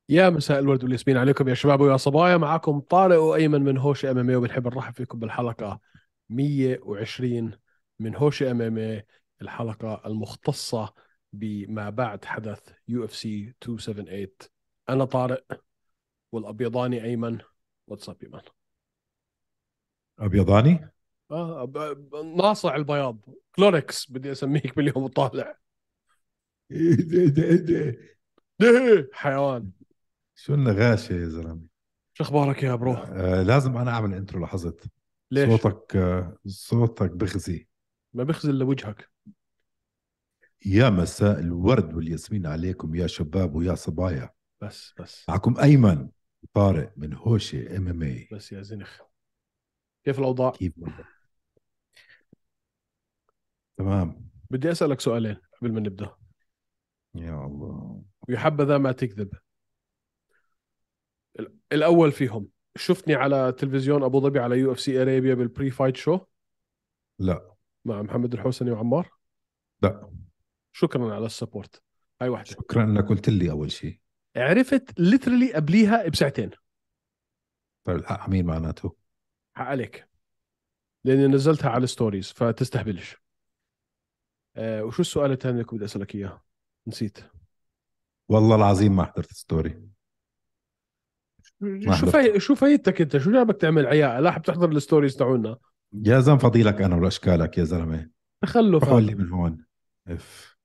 يا مساء الورد والياسمين عليكم يا شباب ويا صبايا. معكم طارق وأيمن من هوش ام ام اي، وبنحب نرحب فيكم بالحلقة 120 من هوش ام ام اي، الحلقة المختصة بما بعد حدث يو اف سي 278. أنا طارق والأبيضاني أيمن. واتساب يا مان. ابيضاني. ناصع البياض، كلوركس بدي أسميك باليوم الطالع. ايه ده. حيوان. شو النغاشة يا زلمة؟ شو أخبارك يا برو؟ لازم انا اعمل انترو لحظة. ليش؟ صوتك بغزي. ما بخزي إلا وجهك. يا مساء الورد والياسمين عليكم يا شباب ويا صبايا. بس معكم ايمن طارق من هوشي ام ام اي. بس يا زنخ، كيف الأوضاع؟ كيف بدك؟ تمام. بدي أسألك سؤالين قبل ما نبدأ، يا الله. ويا حبذا ما تكذب. الأول فيهم، شفتني على تلفزيون أبو ظبي على يو اف سي أرابيا بالبري فايت شو لا مع محمد الحوسني وعمار. لا. شكرا على السبورت. هاي واحدة. شكرا انك قلت لي اول شيء. عرفت ليترلي قبليها بساعتين. طيب الحق مين معناته؟ حق عليك، لأني نزلتها على الستوريز فتستهبلش. وشو السؤال الثاني اللي كنت بدي أسألك إياه؟ نسيت. والله العظيم ما حضرت ستوري. ما حضرته. شو فايدتك أنت؟ شو جابك تعمل عياء؟ لا بتحضر الستوريز تاعونا. يا زلمه فضيلك انا والاشكالك يا زلمه. تخلف روحوا هذا. لي من هون. اف.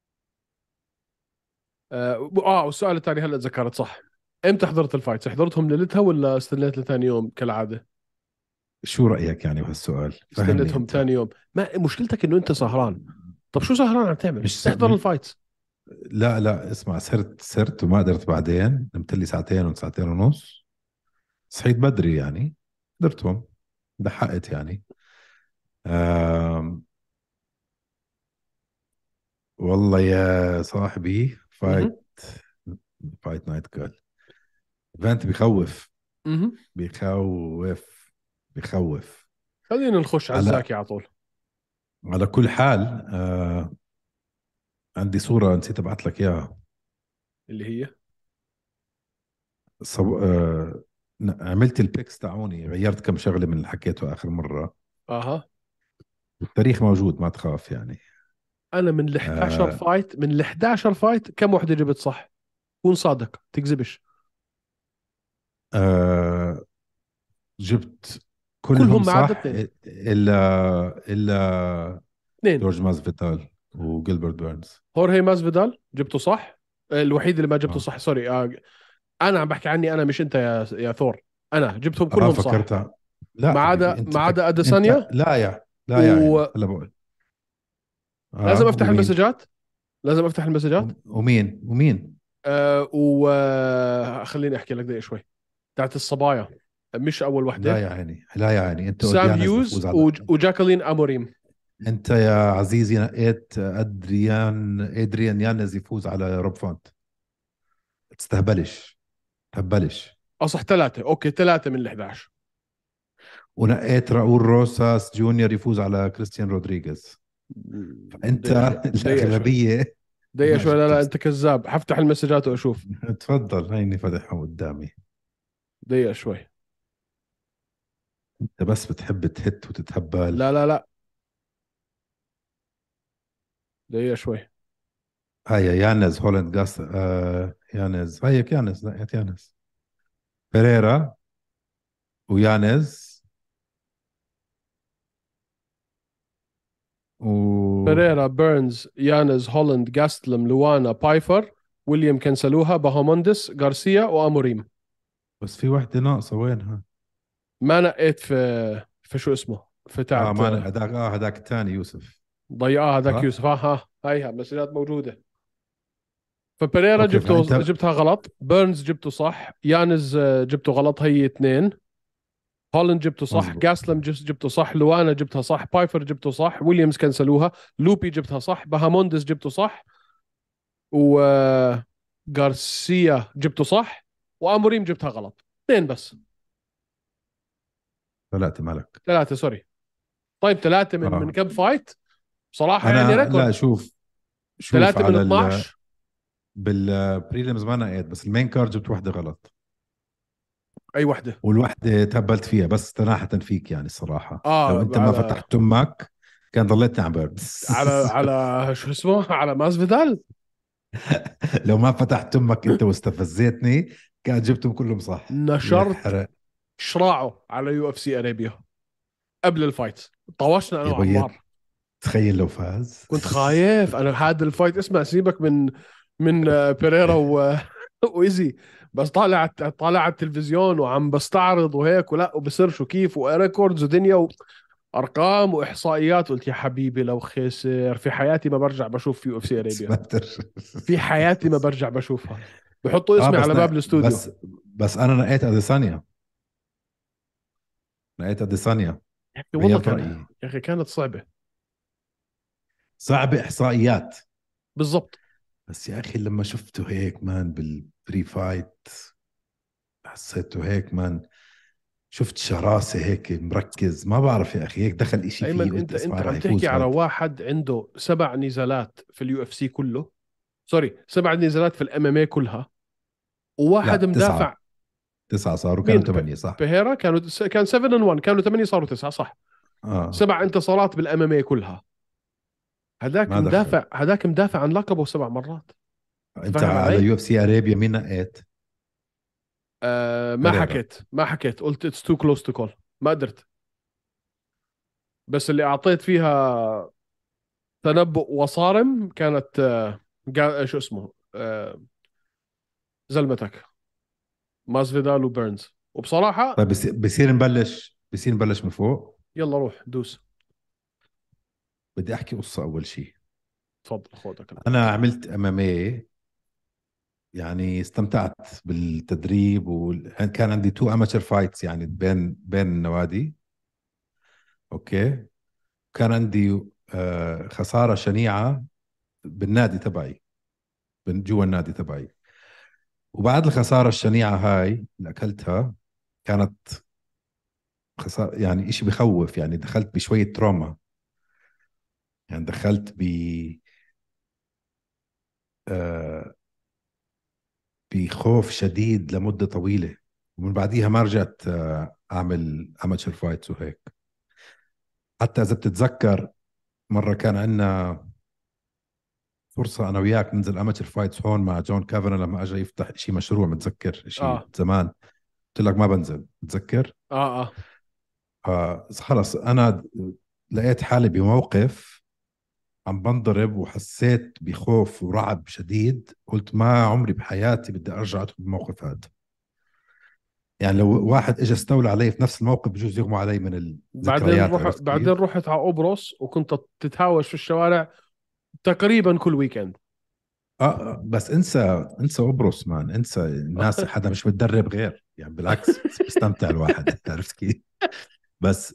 والسؤال الثاني هلا تذكرت صح. امتى حضرت الفايتس؟ حضرتهم ليلتها ولا استنيت لثاني يوم كالعادة؟ شو رأيك يعني بهالسؤال؟ فهمني استنيتهم أنت. ثاني يوم. ما مشكلتك انه انت سهران؟ طب شو سهران عم تعمل؟ مش س... احضر م... الفايتس. لا لا، اسمع، سرت وما قدرت، بعدين نمت لي ساعتين وساعتين ونص. صحيت بدري يعني. قدرتهم. دحقت يعني. آم... والله يا صاحبي، اها. فايت نايت كال. ايفنت بخوف. اها. بخوف. بخوف. خلينا نخش على على الزاكي على طول. على كل حال، عندي صورة نسيت ابعث لك اياها. اللي هي. صو... آه... عملت البيكس تاعوني، غيرت كم شغله من اللي حكيته اخر مره. اها. التاريخ موجود، ما تخاف يعني. انا من ال 11 آه... فايت، من ال 11 فايت كم وحده جبت صح؟ كون صادق تكذبش. آه... جبت كلهم كلهم ما عدا صح، اثنين. الا اثنين. جورج ماسفيتال وجيلبرت بيرنز. هورهي ماسفيدال جبته صح. الوحيد اللي ما جبته اه صح سوري. انا عم بحكي عني انا، مش انت يا ثور. انا جبتهم كلهم صح. فكرتها. لا ما عدا حبيبي، ما عدا انت اديسانيا. لا يا عيني ولازم هلا بقول. افتح ومين؟ المسجات. لازم افتح المسجات. ومين؟ خليني احكي لك دقيقه شوي. بتاعت الصبايا، مش اول لا وحده. يا عيني، لا يا عيني، انت سام اوديانز هيوز بفوز على. وجاكولين اموريم. انت يا عزيزي نقيت ادريان يانز يفوز على روب فونت. تستهبلش. تهبلش. صح، ثلاثه. اوكي، ثلاثه من ال 11. ونقيت راؤول روساس جونيور يفوز على كريستيان رودريغيز. فانت دقيقه شوي، دقيقه شوي، الاغلبيه. دقيقه ما شوي. لا جبت لا، انت كذاب. حفتح المسجات واشوف. تفضل، هيني فاتحهم قدامي. دقيقه شوي. انت بس بتحب تهت وتتهبل. لا لا لا، دقيقه شوي. هاي يانز هولند جاس، يانز، هيك يانز، نقيت يانز. بيريرا ويانز و بيريرا، بيرنز، يانز، هولاند، جاستلم، لوانا، بايفر، ويليام كنسلوها، باهاموندس، غارسيا، واموريم. بس في وحده ناقصه، وينها؟ ما نقيت في شو اسمه، في اه تاعت. ما هذاك، هذاك الثاني يوسف. ضيعها هذاك صح. يوسف. ها هيها مسيرات موجودة. فبريرا اوكي جبته، فانت. جبتها غلط. بيرنز جبته صح. يانز جبته غلط، هي اثنين. هولند جبته صح. مزبوط. جاسلم جبته صح. لوانا جبتها صح. بايفر جبته صح. ويليامز كنسلوها. لوبي جبتها صح. باهاموندس جبته صح. وغارسيا جبته صح. واموريم جبتها غلط. اثنين بس. طلعت ملك. ثلاثة سوري. طيب ثلاثة من اه كم فايت؟ بصراحة يعني انا لا، ريكورد. شوف ثلاثة من على 12. بالبريليمز ما نقيت، بس المين كارد جبت واحدة غلط، اي وحده؟ والوحدة تهبلت فيها بس تناحة فيك يعني الصراحة. لو انت ما على فتحت تمك كان ضليتني عم بس. على شو اسمه، على ماسفيدال. لو ما فتحت تمك انت واستفزيتني كان جبتهم كلهم صح نشرت يحرق. شراعه على يو اف سي ارابيا قبل الفايت. طوشنا انا يا بيي وعمار. تخيل لو فاز. كنت خايف انا هذا الفايت، اسمع سيبك من بيريرا وايزي. بس طالع على التلفزيون وعم بستعرض وهيك ولا وبصيرش وكيف وريكوردز ودنيا وارقام واحصائيات. قلت يا حبيبي لو خسر في حياتي ما برجع بشوف يو اف سي ارابيا. سمعتر. في حياتي ما برجع بشوفها. بحطوا اه اسمي بس على باب الاستوديو. بس انا نقيت اديسانيا، نقيت اديسانيا. يا اخي والله غيرت كان، رايي. يا اخي كانت صعبه. صعب احصائيات، بالضبط. بس يا اخي لما شفته هيك مان بالبري فايت حسيته هيك مان. شفت شراسة هيك مركز، ما بعرف يا اخي، هيك دخل اشي فيه ايمن، قلت انت اسمع رح عم تحكي يفوز على هاد. واحد عنده 7 نزالات في اليو اف سي كله، سوري 7 نزالات في الام ام اي كلها، لا وواحد تسعة، مدافع. تسعة صاروا كانوا مين ثمانية صح. بيهيرا كان 7 ان 1، كانوا 8 صاروا 9 صح. اه 7 انتصارات بالام ام اي كلها. هذاك ما دخل. مدافع، هذاك مدافع عن لقبه 7 مرات. انت انت فاهم على علي؟ يو اف سي ارابيا مين نقيت؟ ما بيريرا. حكيت، ما حكيت، قلت اتس تو كلوز تو كول، ما قدرت. بس اللي اعطيت فيها تنبؤ وصارم كانت شو اسمه زلمتك ماسفيدال وبيرنز. وبصراحة طيب بصير نبلش من فوق. يلا روح دوس. بدي احكي قصة اول شيء. تفضل خذك انا المايك. عملت MMA، يعني استمتعت بالتدريب وكان عندي تو اماتشر فايتس يعني بين النوادي. اوكي. كان عندي خسارة شنيعة بالنادي تبعي، جوا النادي تبعي. وبعد الخسارة الشنيعة هاي اللي أكلتها كانت خسارة يعني إشي بخوف، يعني دخلت بشوية تروما، يعني دخلت آه بخوف شديد لمدة طويلة. ومن بعديها ما رجعت أعمل أماتشر فايتس وهيك. حتى إذا بتتذكر مرة كان عندنا فرصة أنا وياك ننزل أماتشر فايتس هون مع جون كافانا لما أجى يفتح شي مشروع، متذكر شي اه زمان. قلت لك ما بنزل، متذكر. اه خلص أنا لقيت حالي بموقف عم بنضرب وحسيت بخوف ورعب شديد، قلت ما عمري بحياتي بدي أرجع أدخل بالموقف هذا. يعني لو واحد اجى استولى علي في نفس الموقف بجوز يغمى علي من الذكريات، عرفت بعدين كيف؟ رحت على قبرص وكنت تتهاوش في الشوارع تقريبا كل ويكند. بس انسى قبرص مان، انسى الناس، حدا مش متدرب غير يعني، بالعكس بستمتع الواحد. عرفت كيف؟ بس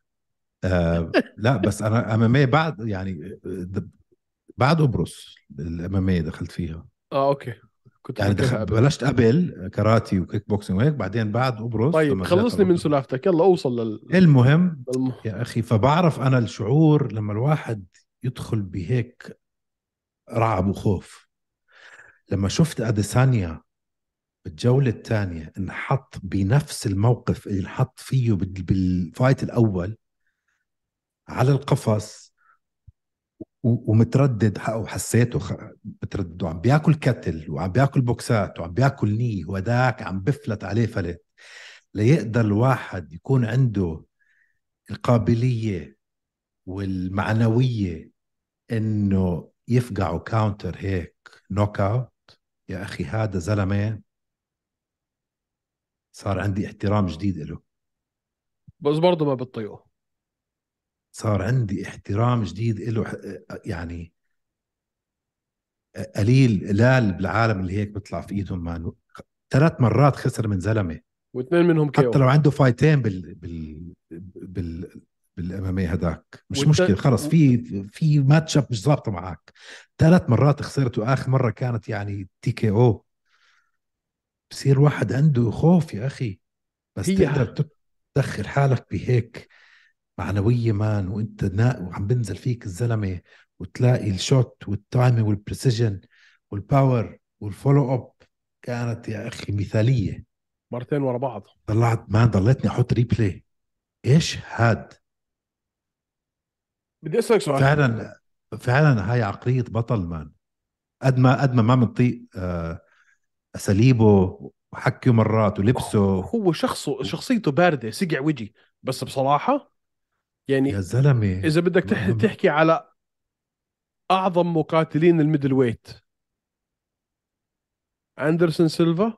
لا بس انا امامي بعد يعني بعد قبرص الامامية دخلت فيها. اه اوكي، كنت يعني فاكرها قبل. بلشت قبل كاراتي وكيك بوكسينج وهيك، بعدين بعد قبرص طيب لما رجعت على خلصني من الأردن. سلافتك، يلا اوصل المهم للم... يا أخي، فبعرف أنا الشعور لما الواحد يدخل بهيك رعب وخوف. لما شفت أديسانيا بالجولة الثانية انحط بنفس الموقف اللي انحط فيه بالفايت الأول على القفص، ومتردد، أو حسيته متردد، وعم بياكل كتل وعم بياكل بوكسات وعم بياكل ني، وذاك عم بفلت عليه فلت. ليقدر الواحد يكون عنده القابلية والمعنوية انه يفقعوا كاونتر هيك نوك اوت، يا اخي هذا زلمه صار عندي احترام جديد له. بس برضه ما بتطيقه. صار عندي احترام جديد له، يعني قليل بالعالم اللي هيك بيطلع في ايدهم مان. 3 مرات خسر من زلمه، واثنين منهم حتى كيو. لو عنده فايتين بالامامي هداك مش مشكله، خلص في ماتش اب مش ظابطه معك. 3 مرات خسرت، واخر مره كانت يعني تي كي او. بصير واحد عنده خوف يا اخي. بس هي تقدر تدخل حالك بهيك معنوية مان، وانت وعم بنزل فيك الزلمة، وتلاقي الشوت والتايمي والبريسيجن والباور. والفولو اب كانت يا اخي مثاليه. مرتين ورا بعض. طلعت ما ضليتني احط ريبلاي، ايش هاد. بدي اسالك سؤال. فعلا فعلا هاي عقليه بطل مان. قد ما بنطيق اساليبه وحكيه مرات ولبسه. هو شخصيته بارده، سقع وجهي. بس بصراحه يا يعني زلمه اذا بدك تحكي على اعظم مقاتلين الميدل ويت، اندرسون سيلفا.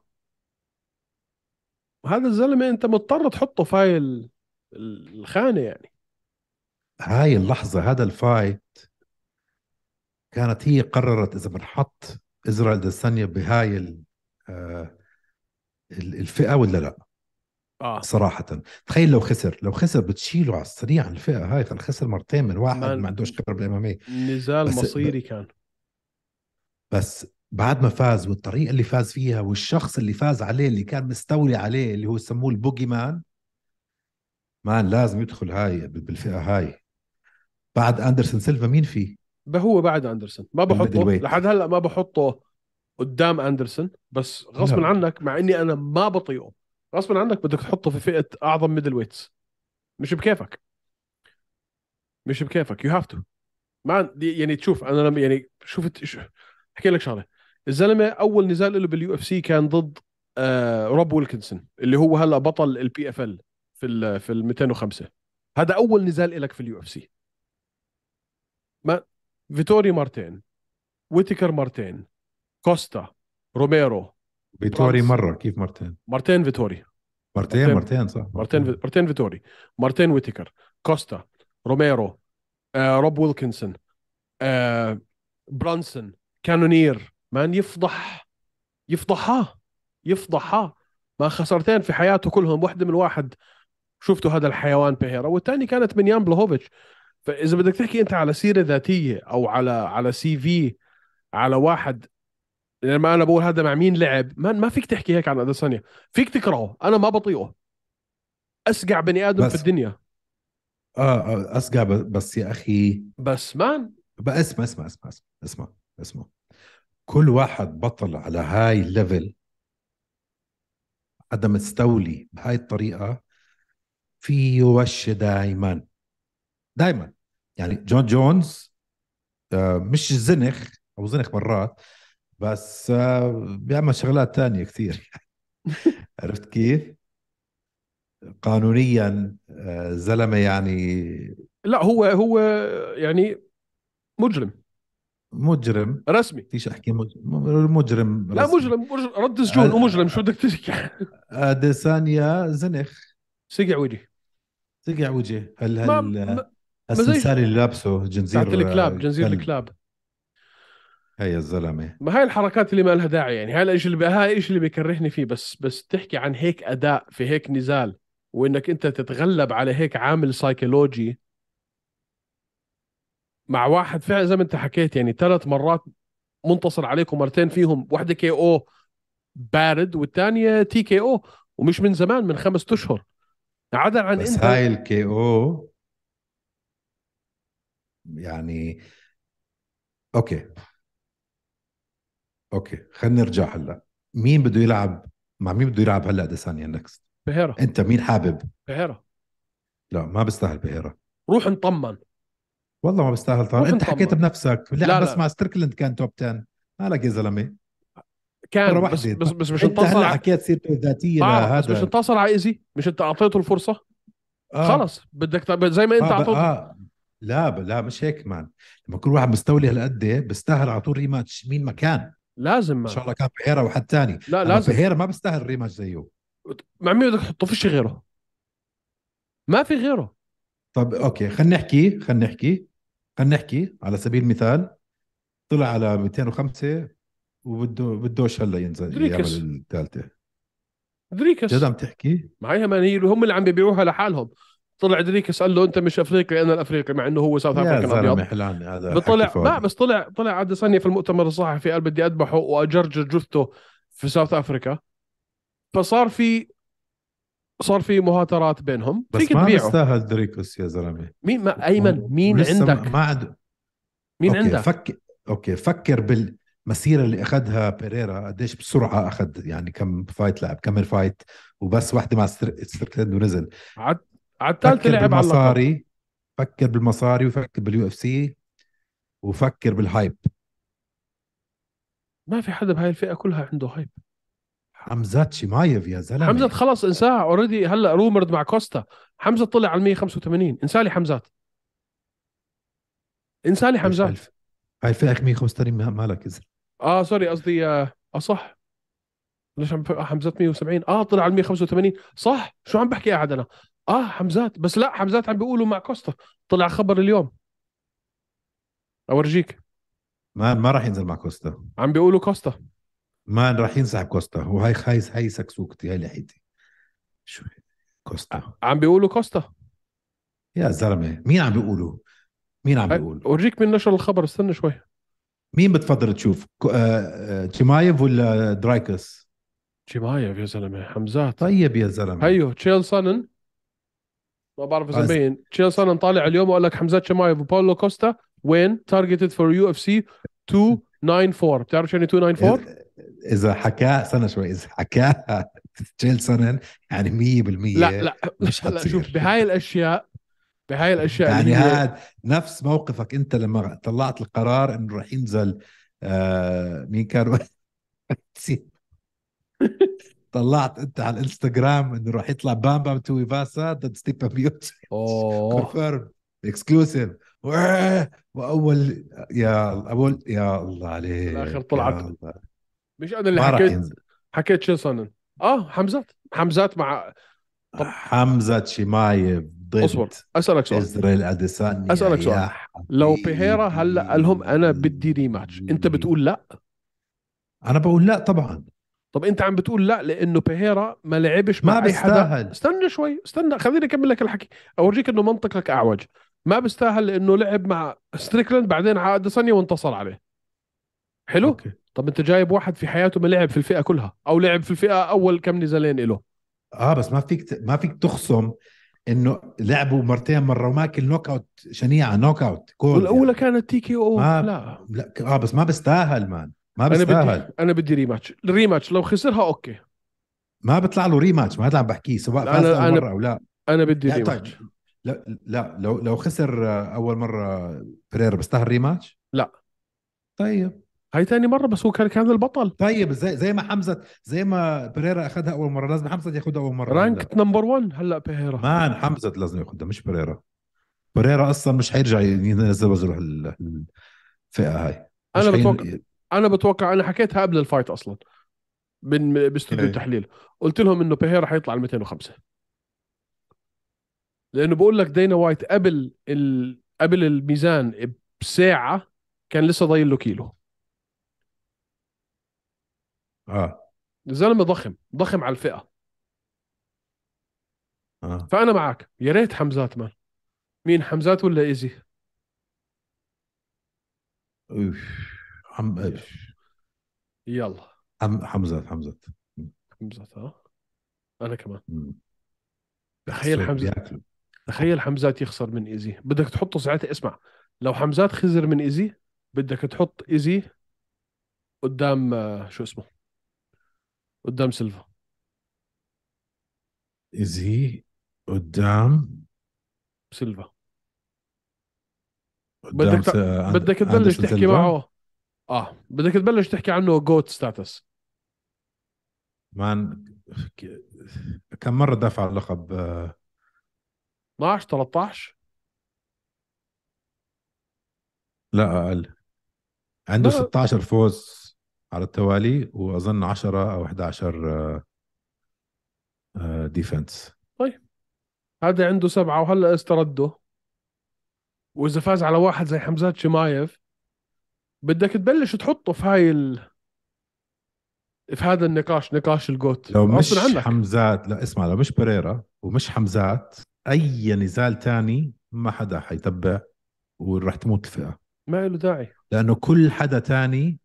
هذا الزلمه انت مضطر تحطه في هاي الخانه يعني. هاي اللحظه، هذا الفايت كانت هي قررت اذا بنحط ازرائيل ديسانيا بهاي آه، الفئه ولا لا. اه صراحة تخيل لو خسر بتشيله على السريع عن الفئة هاي. خسر مرتين من واحد مان، ما عندوش خبرة بالام ام. نزال بس مصيري كان. بس بعد ما فاز والطريقة اللي فاز فيها والشخص اللي فاز عليه اللي كان مستولي عليه اللي هو يسموه البوجي مان لازم يدخل هاي بالفئة هاي. بعد اندرسون سيلفا مين فيه هو بعد اندرسون ما بالميدل بحطه ويت؟ لحد هلا، ما بحطه قدام اندرسون. بس غصبا لا عنك، مع اني انا ما بطيقه، غصبا عنك بدك تحطه في فئة اعظم ميدل ويتس. مش بكيفك، مش بكيفك. يو هاف تو. ما يعني تشوف، انا لما يعني شفت احكي لك شغله. الزلمه اول نزال له باليو اف سي كان ضد روب ويلكنسون، اللي هو هلا بطل البي اف ال في ال 205. هذا اول نزال لك في اليو اف سي. ما فيتوري مرتين، ويتكر مرتين، كوستا، روميرو، فيتوري برانسون. مرة كيف مرتين؟ مرتين فيتوري. مرتين مرتين مرتين صح مرتين مرتين. مرتين فيتوري. مرتين ويتكر، كوستا، روميرو، روب ويلكنسون، آه برانسون، كانونير. مان يفضح، يفضحها، يفضحها. ما خسرتين في حياته كلهم، واحدة من واحد شفتوا هذا الحيوان بيهيرا، والثاني كانت من يان بلهوفيتش. فإذا بدك تحكي أنت على سيرة ذاتية أو على سي في، على واحد، لما أنا بقول هذا مع مين لعب، ما فيك تحكي هيك عن أديسانيا. فيك تكرهه، أنا ما بطيقه. أسقع بني آدم في بس الدنيا. أسقع بس يا أخي. بس مان. بقى اسمع. كل واحد بطل على هاي الليفل حدا مستولي بهاي الطريقة فيه وش دايما. يعني جون جونز مش زنخ أو زنخ مرات، بس بيعمل شغلات تانية كثير. عرفت كيف؟ قانونيا زلمة يعني لا، هو يعني مجرم مجرم. رسمي. فيش أحكي مجرم لا، رسمي. مجرم رد سجون ومجرم، شو آه، بدك تحكي؟ أديسانيا زنخ. سقع وجهي. سقع وجه ما زيش السمسار اللي لابسه تحت جنزير الكلاب، جنزير كلب. الكلاب. هي الزلمة. ما هاي الحركات اللي ما لها داعي يعني. هاي الشيء اللي بيكرهني فيه. بس تحكي عن هيك اداء في هيك نزال، وانك انت تتغلب على هيك عامل سايكولوجي مع واحد فعلا زي ما انت حكيت، يعني 3 مرات منتصر عليكم، مرتين فيهم واحدة كي او بارد، والثانية تي كي او، ومش من زمان، من 5 اشهر. عدا عن بس انت. هاي الكي او يعني. اوكي اوكي خلينا نرجع هلا. مين بده يلعب مع مين بده يلعب هلا ديسانيا نكست؟ بهيرة. انت مين حابب؟ بهيرة. لا ما بيستاهل بهيرا. روح نطمن. والله ما بيستاهل طبعا. روح انت حكيت نطمن. بنفسك لعب لا بس لا، مع ستريكلند كان توب 10. مالك يا زلمه. مره كان بس واحده بس بس مش انت انتصر هلا حكيت سيرته الذاتيه بعرف، بس مش لهذا. انتصر على ايزي. مش انت اعطيته الفرصة؟ اه خلص بدك زي ما انت اعطيته. لا مش هيك مان. لما كل واحد مستولي هالقد بيستاهل على طول ريماتش مين ما كان. لازم ان مان. شاء الله كان بيهيرا وحد تاني. لا اما لازم. بيهيرا ما بيستاهل ريماتش زيه. مع مين بدك تحطه؟ فيش غيره، ما في غيره. طب اوكي خلينا نحكي على سبيل المثال. طلع على 205 بدوش هلا ينزل يعمل دريكس. الثالثه. جد دريكس. عم تحكي؟ معايا مان، هي هم اللي عم بيبيعوها لحالهم. طلع دريكس قال له انت مش افريقي، انا الافريقي، مع انه هو ساوث يا افريكان ابيض. زلمه حلان هذا حكي بطلع ما فاضي. بس طلع عاد ثانيه في المؤتمر الصحفي قال بدي اذبحه واجرجر جثته في ساوث افريكا. فصار في صار في مهاترات بينهم، فيك بس ما تبيعه. بيستاهل دريكوس يا زلمه. مين؟ ما ايمن، مين ولسه عندك؟ ما عنده. مين اوكي عندك؟ فكر. اوكي فكر المسيرة اللي أخذها بيريرا قديش بسرعة أخذ، يعني كم فايت لعب، كم فايت، وبس واحدة مع ستريكلاند ونزل. على الثالثه فكر لعب على اللقب. بالمصاري، فكر بالمصاري، وفكر باليو اف سي، وفكر بالهايب. ما في حدا بهاي الفئه كلها عنده هايب. حمزات شمايف يا حمزه زلمة. خلص انساه اوريدي، هلا رومرد مع كوستا. حمزه طلع على 185، انسالي حمزات، انسالي ليش حمزات. هاي الفئة 185 مالك إذا. سوري قصدي صح. ليش عم حمزات 170؟ طلع على 185 صح. شو عم بحكي قاعد انا؟ حمزات، بس لا حمزات عم بيقولوا مع كوستا. طلع خبر اليوم، اورجيك. ما راح ينزل مع كوستا. عم بيقولوا كوستا. ما راح ينسحب كوستا، هاي سكسوكتي، هاي لحيتي. شو كوستا؟ عم بيقولوا كوستا. يا زلمة مين عم بيقولوا؟ مين عم بيقول؟ اورجيك من نشر الخبر، استنى شوي. مين بتفضل تشوف؟ تشيمايف ولا درايكس؟ جمايف يا زلمه، حمزات. طيب يا زلمة. هيو تشيل سانن. ما بعرف اذا أز... مبين. تشيل سانن طالع اليوم وقال لك حمزات شمايف وباولو كوستا وين تارجتد فور يو اف سي 294. بتعرف شو يعني 294؟ إذا حكاه سنة شوي، إذا حكاه جيلسون يعني لا 100% لا مش لا شوف، حتصير. بهاي الاشياء اللي يعني هي. هذا نفس موقفك أنت لما طلعت القرار إنه راح ينزل. مين كان طلعت أنت على الانستغرام إنه راح يطلع بام بام توي فاسا ضد ستيفن ميوتش. اوه كونفيرم اكسكلوسيف. واول يا الله بالاخر عليك طلعت. يا الله. مش انا اللي ما راح حكيت. ينزل. حكيت تشيل سانن. حمزات مع. طب حمزة شمايف اصبر، ضد اسالك سؤال. إزرائيل أديسانيا اسالك سؤال. يا لو بيهيرا هلا قال لهم انا بدي ريماتش، انت حبيبي. بتقول لا؟ أنا بقول لا طبعا. طب انت عم بتقول لا لانه بيهيرا ما لعبش ما مع اي حدا. بستاهل. استنى شوي، استنى خليني اكمل لك الحكي. اورجيك انه منطقك اعوج. ما بيستاهل لانه لعب مع ستريكلاند بعدين على اديسانيا وانتصر عليه. حلو. أوكي. طب انت جايب واحد في حياته ما لعب في الفئه كلها، او لعب في الفئه اول كم نزالين له. بس ما فيك تخصم إنه لعبوا مرتين، مرة وماكل نوك أوت شنيعة، نوك أوت كولد والاولى يعني. كانت تي كي او. ما لا. لا بس ما بستاهل مان. ما انا بدي بستاهل. انا بدي الريماتش لو خسرها اوكي. ما بيطلع له ريماتش، ما هذا عم بحكيه، سواء لا، فاز اول انا مره او لا. انا بدي يعني طيب. ريماتش. لا لا، لو خسر اول مره بريرا بيستاهل ريماتش. لا، طيب. هاي ثاني مره، بس هو كان البطل. طيب زي ما حمزه، زي ما بريرا اخذها اول مره، لازم حمزه ياخذها اول مره هلا. رانك نمبر 1 هلا بيهيرا. مان حمزه لازم ياخذها مش بريرا. بريرا اصلا مش حيرجع ينزل وزنه الفئه هاي. انا مش بتوقع حين. انا بتوقع انا حكيتها قبل الفايت اصلا، باستوديو إيه. التحليل. قلت لهم انه بيهيرا حيطلع على 205. لانه بقول لك دينا وايت قبل الميزان بساعه كان لسه ضايل له كيلو. اه الزلمه ضخم ضخم على الفئه. اه فانا معك، يا ريت حمزات مان. مين حمزات ولا ايزي؟ أوف. حم... يلا. حمزه. حمزات انا كمان. مم. تخيل بحسه حمزة. بياكله. تخيل حمزات يخسر من ايزي، بدك تحطه ساعتها. اسمع، لو حمزات خسر من ايزي بدك تحط ايزي قدام شو اسمه، قدام سيلفا. إزي قدام. سيلفا. قدام بدك ت... بدك تبلش اندرسون تحكي سيلفا. معه. بدك تبلش تحكي عنه جوت ستاتس. مان ك- كم مرة دافع اللقب 12 13. لا أقل. عنده لا 16 فوز على التوالي، وأظن 10 أو 11 ديفنس. طيب، هذا عنده 7 وهلا استرده. واذا فاز على واحد زي حمزات شمايف بدك تبلش تحطه في هذا النقاش، نقاش الجوت لو غصب مش عنك. حمزات، لا اسمع، لو مش بريرا ومش حمزات، أي نزال تاني ما حدا حيتبع، وراح تموت الفئة. ما له داعي. لأنه كل حدا تاني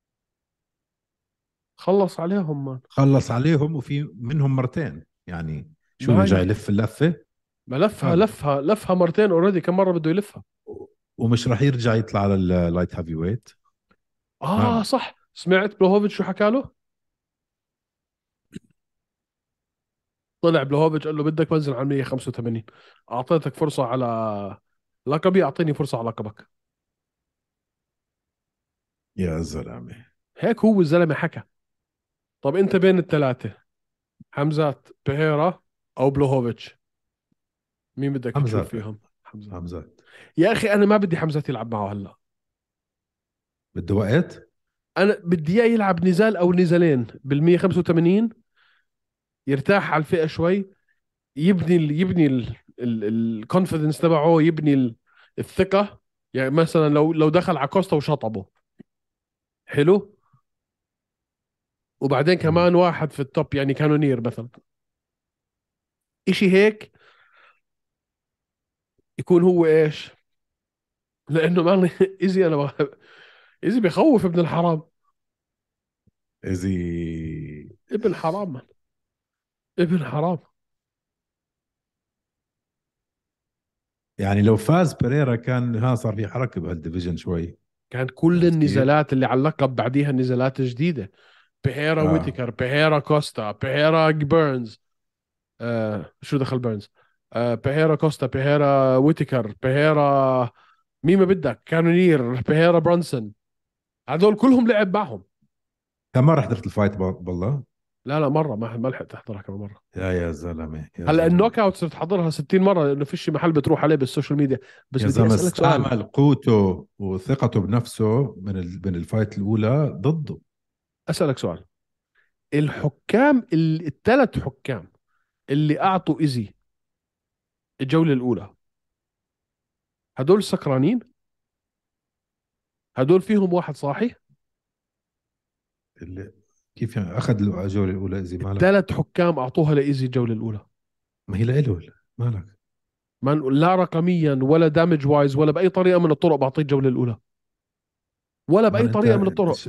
خلص عليهم مان. خلص عليهم، وفي منهم مرتين يعني. شو ما يرجع ي... يلف اللفة ما لفها هذا. لفها لفها مرتين اوريدي، كم مره بده يلفها. ومش راح يرجع يطلع على اللايت هافي ويت. اه ما صح، سمعت بلوهوفيتش شو حكى له؟ طلع بلوهوفيتش قال له بدك بنزل على 185، اعطيتك فرصة على لقبي، اعطيني فرصة على لقبك. يا زلمه. هيك هو الزلمة حكى. طب انت بين الثلاثة، حمزات، بهيرا، او بلوهوفيتش، مين بدك تشوف حمزات. فيهم؟ حمزات. حمزات. يا اخي انا ما بدي حمزات يلعب معه هلا. بده وقت. انا بدي اياه يلعب نزال او نزالين بال 185، يرتاح على الفئة شوي، يبني الكونفدنس تبعه، يبني الثقة. يعني مثلا لو دخل على كوستا وشطبه، حلو. وبعدين مم. كمان واحد في التوب، يعني كانونير مثلا، اشي هيك، يكون هو ايش. لانه ما ايزي انا ايزي بخوف ابن الحرام. ايزي. ابن حرام من. ابن حرام. يعني لو فاز بيريرا كان ها صار في حركه بهالديفيجن شوي. كان كل عرفت كيف؟ النزالات اللي على اللقب بعديها النزالات جديدة. بيهيرا اه. ويتكر، بيهيرا كوستا، بيهيرا بيرنز. شو دخل بيرنز؟ بيهيرا كوستا، بيهيرا ويتكر، بيهيرا، مين ما بدك، كانونير، بيهيرا برانسون، هذول كلهم لعب معهم. كم مره حضرت الفايت بالله؟ لا لا، مرة ما لحقت احضرها كمان مرة. يا زلمه يا هلا زلمه. النوك اوت صرت احضرها 60 مرة، لانه فيش محل بتروح عليه بالسوشيال ميديا. بس يا بدي زلمه اسألك سؤال. استعمل قوته وثقته بنفسه من الفايت الاولى ضده. اسألك سؤال. الحكام الثلاث حكام اللي اعطوا ايزي الجولة الاولى، هدول سكرانين؟ هدول فيهم واحد صاحي؟ اللي كيف يعني اخذ الجوله الاولى اذا مالك؟ الثلاث حكام اعطوها لايزي الجولة الاولى. ما هي له مالك. ما لا رقميا ولا دامج وايز ولا باي طريقه من الطرق بعطيه الجوله الاولى، ولا باي مان انت طريقه من الطرق.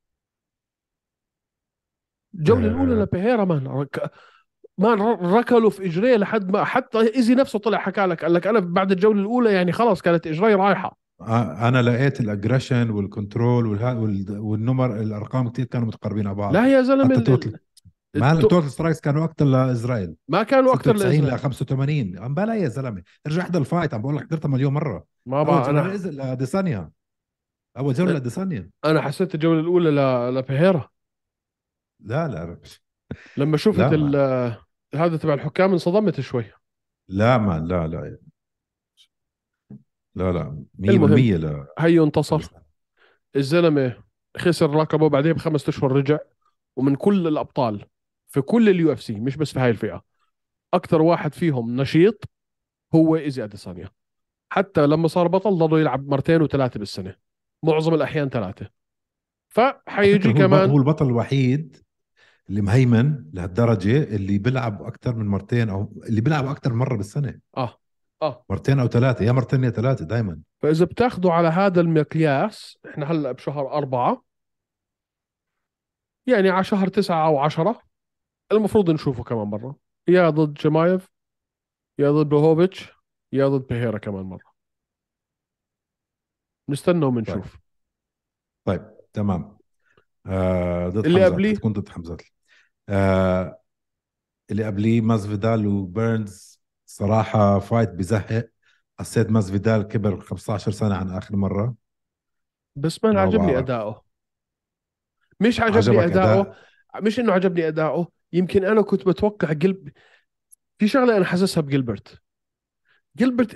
الجوله الاولى آه لبيهيرا مان ركله في اجريه لحد ما حتى ايزي نفسه طلع حكى لك، قال لك انا بعد الجوله الاولى يعني خلاص كانت اجري رايحه. انا لقيت الاجريشن والكنترول والنمر الارقام كثير كانوا متقاربين على لا بعض. يا زلمه حتى توتل مان التوتال سترايكس كانوا اكثر لاسرائيل. ما كانوا اكثر 96 ل لاسرائيل. 85 عم بلا يا زلمه. ارجع احضر الفايت، عم بقول لك حضرتها مليون مره. ما اول بقى جوله انا، نزل لاديسانيا. اول جوله لاديسانيا. انا حسيت الجوله الاولى لبيهيرا. لا لا. لما شفت لا مان. هذا تبع الحكام انصدمت شوي. لا مان. لا لا. لا لا المهم، 100% لا. هيو انتصر أديسانيا. الزلمه، خسر لقبه بعدين بخمسة اشهر رجع. ومن كل الابطال في كل اليو اف سي، مش بس في هاي الفئه، اكثر واحد فيهم نشيط هو ايزي اديسانيا. حتى لما صار بطل ضلوا يلعب مرتين وثلاثه بالسنه، معظم الاحيان ثلاثه. على فكره فحيجي هو كمان. البطل الوحيد اللي مهيمن لهالدرجه، اللي بيلعب اكثر من مرتين او اللي بيلعب اكثر مره بالسنه. اه اه. مرتين او ثلاثه، يا مرتين يا ثلاثه دائما. فاذا بتاخذوا على هذا المقياس، احنا هلا بشهر أربعة، يعني على شهر تسعة او عشرة المفروض نشوفه كمان مره، يا ضد جمايف، يا ضد بوهوفيتش، يا ضد بيهيرا كمان مره. نستنى طيب. وبنشوف. طيب تمام. ضد اللي حمزات، قبليه، حتكون ضد حمزات. آه اللي قبليه ماسفيدال وبيرنز. صراحه فايت بزهق. حسيت ماسفيدال كبر 15 سنه عن اخر مره. بس ما ما عجبني بعرف. اداؤه. مش عجبني عجبك اداؤه. اداء؟ مش انه عجبني اداؤه، يمكن انا كنت بتوقع في شغله انا حاسسها بجilbert. جيلبرت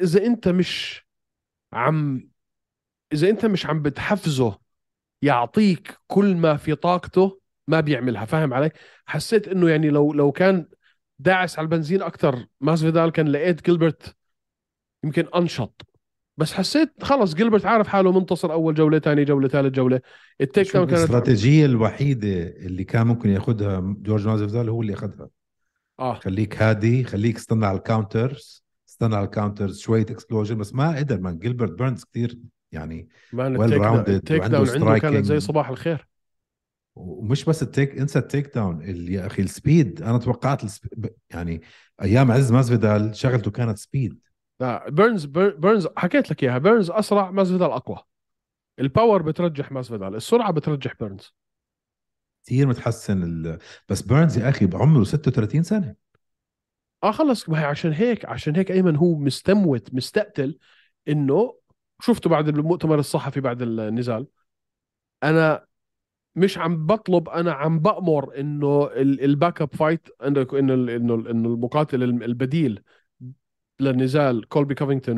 عم اذا انت مش عم بتحفزه يعطيك كل ما في طاقته، ما بيعملها، فاهم علي؟ حسيت انه يعني لو كان داعس على البنزين اكثر ماسفيدال، كان لقيت جيلبرت يمكن انشط. بس حسيت خلص جيلبرت عارف حاله منتصر، اول جوله، ثاني جوله، ثالث جوله، التيك داون شوف، كانت الاستراتيجيه الوحيده اللي كان ممكن ياخذها جورج ماسفيدال هو اللي اخذها. اه. خليك هادي، خليك استنى على الكاونترز، استنى على الكاونترز، شويه اكسبلوجن. بس ما قدر مان جيلبرت بيرنز كثير يعني مان ويل راوندد التيك وعنده داون عنده كانت زي سترايكينج. صباح الخير. ومش بس التيك، انسى التيك داون يا اخي، السبيد. انا توقعت يعني ايام عز ماسفيدال شغلته كانت سبيد. لا، بيرنز حكيت لك اياها، بيرنز اسرع، ماسفيدال اقوى. الباور بترجح ماسفيدال، السرعه بترجح بيرنز. كثير متحسن بس بيرنز يا اخي بعمره 36 سنه. اه خلص، ما هي عشان هيك ايمن هو مستموت مستقتل انه، شفته بعد المؤتمر الصحفي بعد النزال، انا مش عم بطلب، انا عم بأمر انه الباك اب فايت، انه المقاتل البديل للنزال كولبي كوفينغتون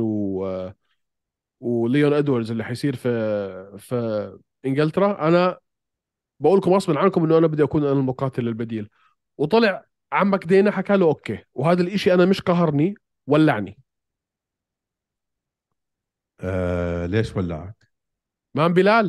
وليون ادواردز اللي حيصير في انجلترا، انا بقول لكم غصبا عنكم انه انا بدي اكون انا المقاتل البديل. وطلع عمك دينا حكى له اوكي، وهذا الاشي انا مش قهرني، ولعني. ليش ولعك؟ مان بلال،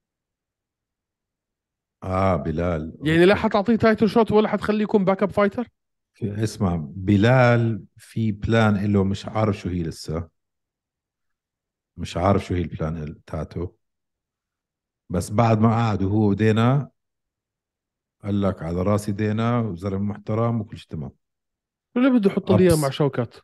اه بلال، يعني لا اوكي. حتعطيه تايتل شوت ولا حتخليه يكون باك اب فايتر. اسمع، بلال في بلان له، مش عارف شو هي لسه، مش عارف شو هي البلان تاعته. بس بعد ما قعد وهو ودينا قال لك على راسي دينا وزلمه محترم وكل شيء تمام. اللي بده يحط لي اياه مع ابس، شوكات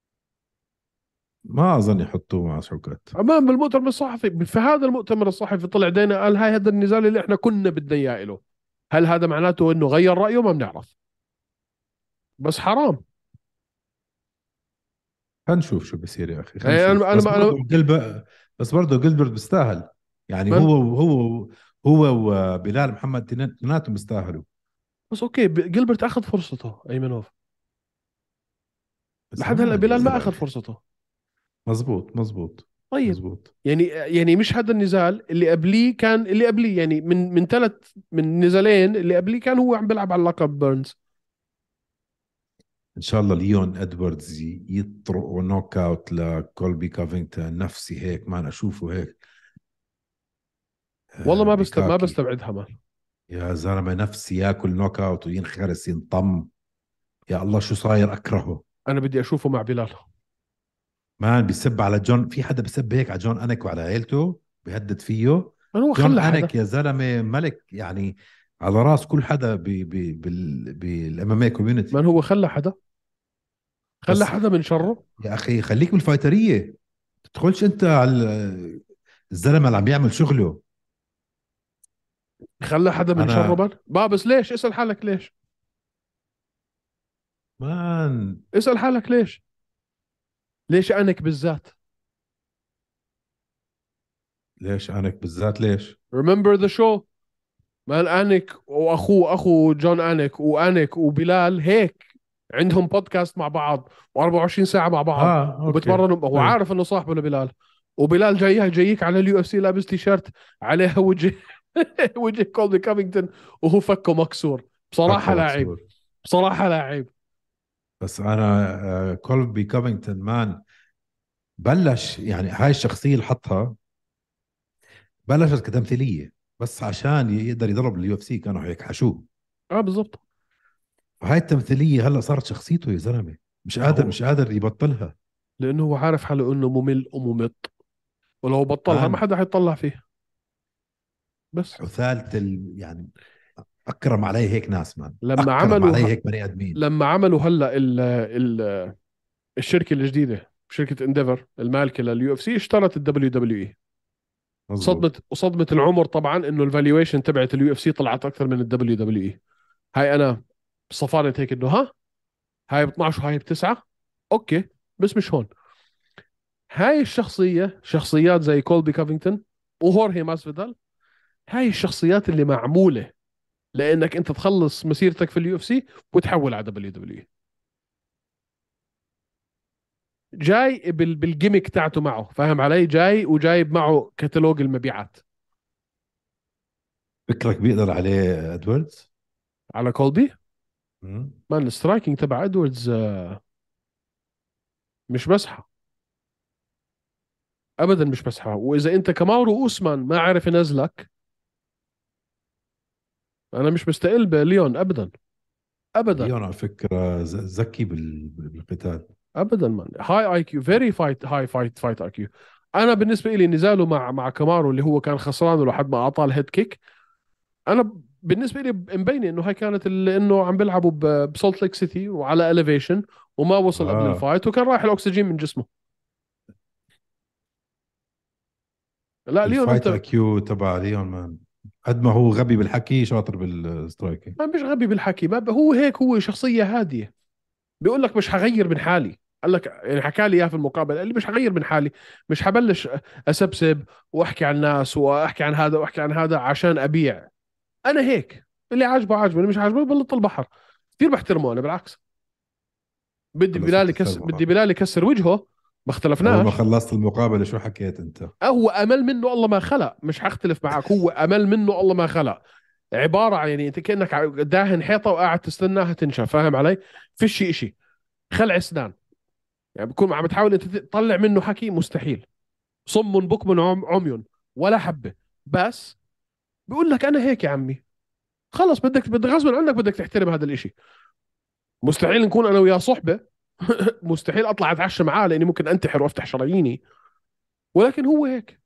ما اظن يحطوه مع شوكات. امام بالمؤتمر الصحفي. في هذا المؤتمر الصحفي طلع دينا قال هاي هذا النزال اللي احنا كنا بدنا اياه له. هل هذا معناته انه غير رايه؟ ما بنعرف، بس حرام. خلينا نشوف شو بصير يا اخي، خلينا يعني نشوف. انا بس انا برضه قلب، بس برضه جلبرت بيستاهل. يعني من هو وبلال محمد اثنيناتهم بيستاهلوا. بس اوكي، جilbert اخذ فرصته ايمنوف. لحد هلا زمان يا بلال ما اخذ زلمه. فرصته. مزبوط مزبوط. طيب، مزبوط. يعني مش هذا النزال اللي قبليه، كان اللي قبليه يعني من نزالين اللي قبليه كان هو عم بيلعب على اللقب بيرنز. ان شاء الله ليون ادواردز يطرق نوك اوت لكولبي كوفينغتون، نفسي هيك ما أنا اشوفه هيك. والله ما بكاكي. بستبعدها مان. يا زلمه نفسي ياكل نوك اوت وينخرس ينطم. يا الله شو صاير، اكرهه. انا بدي اشوفه مع بلال. مان بيسب على جون، في حدا بيسب هيك على جون انك وعلى عيلته، بيهدد فيه. من هو جون خلى انك حدا؟ يا زلمه ملك يعني، على راس كل حدا بالام ام اي كوميونتي. من هو خلى حدا؟ خلى بس حدا من شره؟ يا اخي خليك بالفايتريه، تدخلش انت على الزلمه اللي عم يعمل شغله. خلى حدا من شره انا مان؟ بس ليش؟ اسأل حالك ليش. مان. اسأل حالك ليش. ليش انك بالذات؟ ليش انك بالذات ليش؟ remember the show. مان انك اخو جون انك وبلال هيك عندهم بودكاست مع بعض و24 ساعة مع بعض اه اوكي. وبتمرنوا. هو طيب. عارف انه صاحبه لبلال. وبلال جايك على اليو اف سي لابس تيشيرت عليها وجه وجه كولبي كافينغتون، وهو فكه مكسور. بصراحة فكه لاعب. مكسور. بصراحة لاعب. بس انا كولبي كوفينغتون مان بلش، يعني هاي الشخصيه اللي حطها بلشت كتمثيليه، بس عشان يقدر يضرب اليو اف سي كانوا هيك حشوه. اه بالضبط. وهاي التمثيليه هلا صارت شخصيته يا زلمه، مش ما قادر هو مش قادر يبطلها. لانه هو عارف حاله انه ممل وممط، ولو بطلها ما مان حدا حيطلع فيه. بس حثالة يعني اكرم علي هيك ناس، مان لما اكرم عملوا علي ه... هيك بني ادمين. لما عملوا هلا الشركه الجديده، شركه انديفر المالكه لليو اف سي، اشترت الدبليو دبليو اي. مزبوط. صدمه العمر طبعا انه الفالويشن تبعت اليو اف سي طلعت اكثر من الدبليو دبليو اي. هاي انا صفرت هيك انه ها، هاي ب 12 وهاي بتسعه. اوكي، بس مش هون. هاي شخصيات زي كولبي كافينغتون وهورهي ماسفيدال، هاي الشخصيات اللي معموله لانك انت تخلص مسيرتك في اليو اف سي وتحول على دبليو دبليو اي. جاي بالجيمك تاعته معه، فاهم علي؟ جاي وجايب معه كتالوج المبيعات. فكرك بيقدر عليه ادواردز؟ على كولبي مم. مان، السترايكنج تبع ادواردز مش مسحه. ابدا مش مسحه. واذا انت كمارو اوسمان ما عرف ينزلك، انا مش مستقل بليون ابدا. ابدا. ليون على فكره ذكي بالقتال. ابدا مان، هاي اي كيو، فيري فايت، هاي فايت اي كيو. انا بالنسبه لي نزاله مع كامارو اللي هو كان خسران لحد ما اعطاه الهيد كيك، انا بالنسبه لي مبينه انه هاي كانت انه عم بيلعبوا بسولت ليك سيتي وعلى اليفيشن، وما وصل قبل اه الفايت وكان رايح الاكسجين من جسمه. لا ليون الفايت انت اي كيو تبع ليون مان، قد ما هو غبي بالحكي شاطر بالسترايكينج. ما مش غبي بالحكي، ما هو هيك، هو شخصيه هاديه. بيقول لك مش هغير من حالي. قال لك يعني حكى لي اياه في المقابله، قال لي مش هغير من حالي، مش هبلش اسبسب واحكي عن الناس واحكي عن هذا واحكي عن هذا عشان ابيع. انا هيك، اللي عاجبه عاجبه، اللي مش عاجبه بلط البحر. كثير بحترمه انا بالعكس. خلص بتحترمه بدي بقى. بلال يكسر وجهه، ما اول ما اختلفناش. خلصت المقابله شو حكيت انت؟ هو امل منه الله ما خلق، مش حختلف معك، هو امل منه الله ما خلق. عباره عن يعني انت كانك داهن حيطه وقاعد تستناها تنشف، فاهم علي؟ فيش شيء خلع اسنان. يعني بكون عم بتحاول انت تطلع منه حكي، مستحيل. صم بكم عمي ولا حبه. بس بيقول لك انا هيك يا عمي. خلص بدك غصبا عنك بدك تحترم هذا الاشي. مستحيل نكون انا وياه صحبه. مستحيل اطلع اتعشى معاه لاني ممكن انتحر وافتح شراييني. ولكن هو هيك.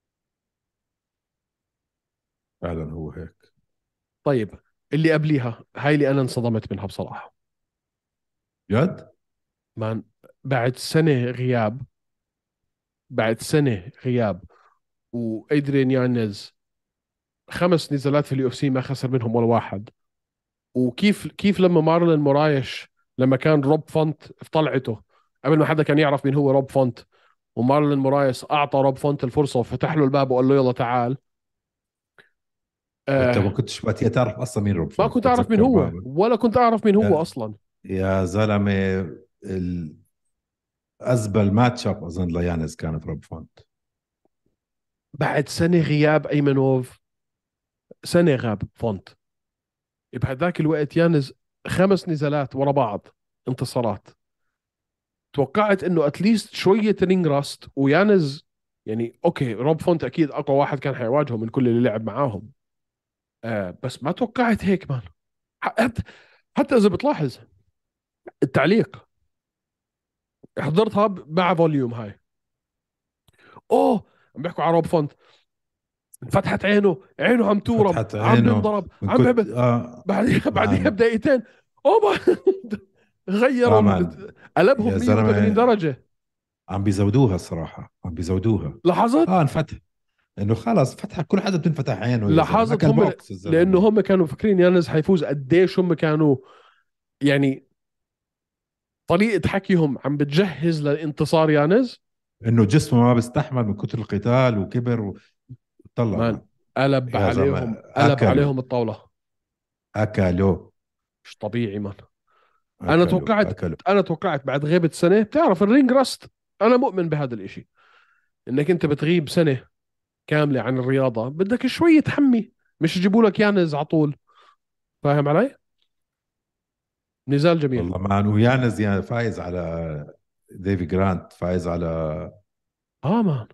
فعلا هو هيك. طيب، اللي قبليها هاي اللي انا انصدمت منها بصراحه. جد. مان، بعد سنه غياب، بعد سنه غياب، وادريان يانز 5 نزالات في اليو اف سي ما خسر منهم ولا واحد. وكيف لما مارلين مورايش، لما كان روب فونت في طلعته، قبل ما حدا كان يعرف مين هو روب فونت، ومارلين مورايس اعطى روب فونت الفرصه وفتح له الباب وقال له يلا تعال. انت ما آه. كنتش وقتها تعرف اصلا مين روب ما فونت؟ كنت اعرف مين بتذكر هو، ما ولا كنت اعرف مين هو يا, اصلا. يا زلمه، الازبل ماتش اب اظن ليانس كانت روب فونت. بعد سنه غياب ايمنوف، سنه غاب فونت. بهذاك الوقت يانز 5 نزالات ورا بعض انتصارات. توقعت انه اتليست شويه رينج راست ويانز. يعني اوكي، روب فونت اكيد اقوى واحد كان حيواجهه من كل اللي لعب معاهم. بس ما توقعت هيك مان. حتى حتى اذا بتلاحظ التعليق، حضرتها مع فوليوم هاي. اوه، عم بيحكوا على روب فونت، انفتحت عينه، عينه عم تورم، فتحت عم عينه بنضرب، من عم كنت بهبل. بعديها مان. بدقيقتين، اوه ما غيروا مان يا قلبهم 180 زلمه، درجة. عم بيزودوها الصراحه، عم بيزودوها. لاحظت انفتح، انه خلص فتح، كل حدا بتنفتح عينه يا زلمه، لاحظت اكل هم، بوكس لانه الزلمه. هم كانوا فاكرين يانز حيفوز. قديش هم كانوا يعني طريقة حكيهم عم بتجهز للانتصار يانز. انه جسمه ما بيستحمل من كثر القتال وكبر. وطلع مان، مان. قلب يا زلمه عليهم، قلب اكلوا، عليهم الطاولة. اكلوا، مش طبيعي مان. انا اكلوا، توقعت اكلوا. انا توقعت بعد غيبة سنة، بتعرف الرينج راست. انا مؤمن بهذا الاشي، انك انت بتغيب سنة كاملة عن الرياضة بدك شوية تحمي. مش يجيبوا لك يانز على طول. فاهم علي؟ نزال جميل. والله مان، ويانز يعني فايز على ديفي جرانت، فايز على اه مان.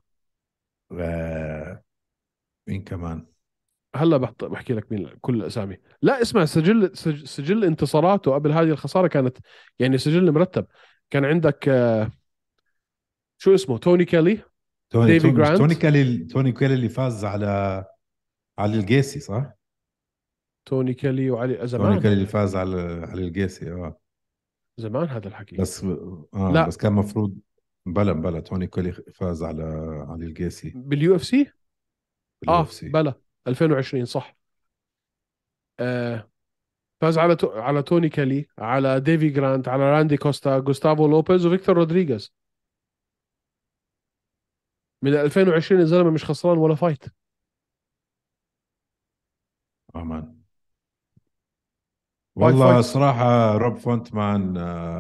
آه، مين كمان؟ هلا بحكي لك مين كل الاسامي. لا اسمع، سجل انتصاراته قبل هذه الخساره كانت يعني سجل مرتب. كان عندك شو اسمه، توني كيلي، ديفي مش جرانت. توني كيلي اللي فاز على الجيسي صح؟ توني كيلي وعلي توني زمان كيلي اللي هذا. فاز على الجيسي زمان هذا الحكي. بس لا، بس كان مفروض. بلا توني كيلي فاز على الجيسي باليو اف سي. باليو اف اه سي. بلا، 2020 صح. آه. فاز على على توني كيلي، على ديفي جرانت، على راندي كوستا، جوستافو لوبيز، وفيكتور رودريغيز. من 2020 الزلمه مش خسران ولا فايت. مان، فايف والله فايتس صراحة روب فونت مان،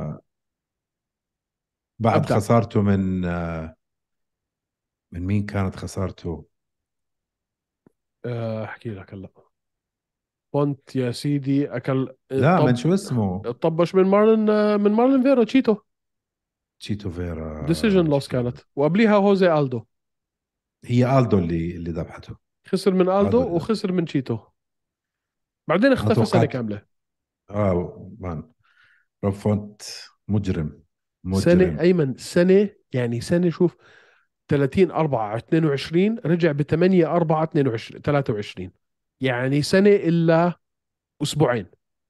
بعد ابدع. خسارته من مين كانت خسارته؟ احكي لك هلا. فونت يا سيدي اكل. لا، من طب شو اسمه؟ طبش من مارلين فيرا تشيتو. تشيتو ديسيجن فيرا، لوس تشيتو كانت، فيرا. وقبليها هوزي الدو. هي الدو اللي ذبحته. خسر من الدو الدو اللي وخسر من تشيتو. بعدين انا اختفى سنه توقعت. كامله. مان، روب فونت مجرم، سنه مجرم. ايمن، سنه يعني سنه. شوف، 30 4 22 رجع ب 8 4 22 23. يعني سنه الا اسبوعين.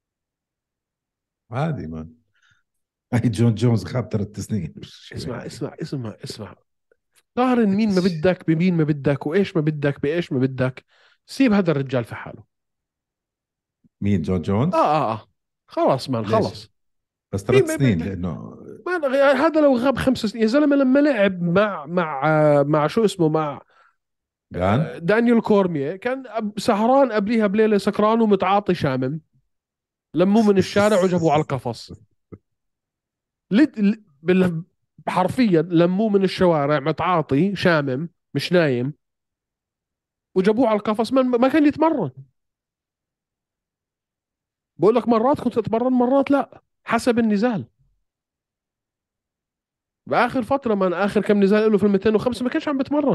عادي مان. هاي جون جونز غاب 3 سنين، شو اسمع يعني؟ اسمع اسمع اسمع. قارن مين ما بدك بمين ما بدك، وايش ما بدك بايش ما بدك. سيب هذا الرجال في حاله. مين جون جونز؟ خلاص مان، ليش؟ خلص. بس مين 3 سنين لانه هذا لو غاب 5 سنين يا زلمه، لما لعب مع شو اسمه، مع جان. دانيال كورميه، كان سهران قبليها بليله، سكران ومتعاطي شامم، لموه من الشارع وجابوه على القفص. حرفيا لموه من الشوارع متعاطي شامم مش نايم، وجابوه على القفص. ما كان يتمرن. بقول لك مرات كنت اتمرن، مرات لا، حسب النزال. باخر فتره، من اخر كم نزال له في ال 205 ما كانش عم بتمرن.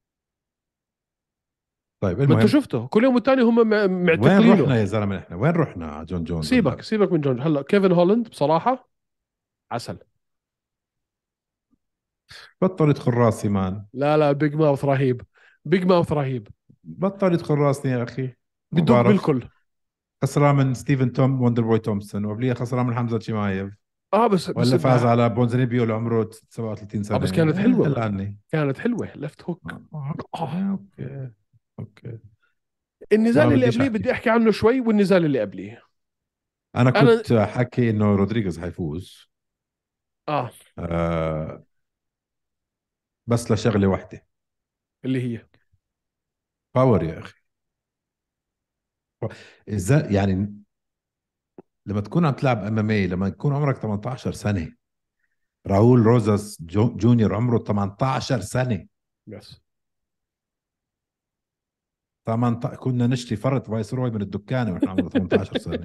طيب ما انت المهم، شفته كل يوم والتاني هم وين معتقلينه. رحنا يا زلمه؟ احنا وين رحنا على جون جونز سيبك هلا؟ سيبك من جون. هلا كيفن هولاند بصراحه عسل. بطل يدخل راسي مان. لا لا، بيج ماوث رهيب. بيج ماوث رهيب. بطل يدخل راسي يا اخي. ما بدق بعرف. بالكل. خسران من ستيفن توم وندر بوي تومسون، وقبليها خسران من حمزه شمايف. بس ولا فاز على بونزنيبيو اللي عمره 37 سنه. بس كانت حلوه هلا مان. عني. كانت حلوه ليفت هوك. آه. اوكي. اوكي. ما النزال اللي بديش قبليه احكي. بدي احكي عنه شوي، والنزال اللي قبليه. انا انا كنت حكي انه رودريغيز حيفوز. اه آه. بس لشغله واحده. اللي هي باور يا اخي. ازاي يعني؟ لما تكون عم تلعب ام ام اي، لما يكون عمرك 18 سنه. راؤول روزاس جونيور عمره 18 سنه. بس 18. كنا نشتري فرد فايسروي من الدكانه ونحن عمرنا 18 سنه.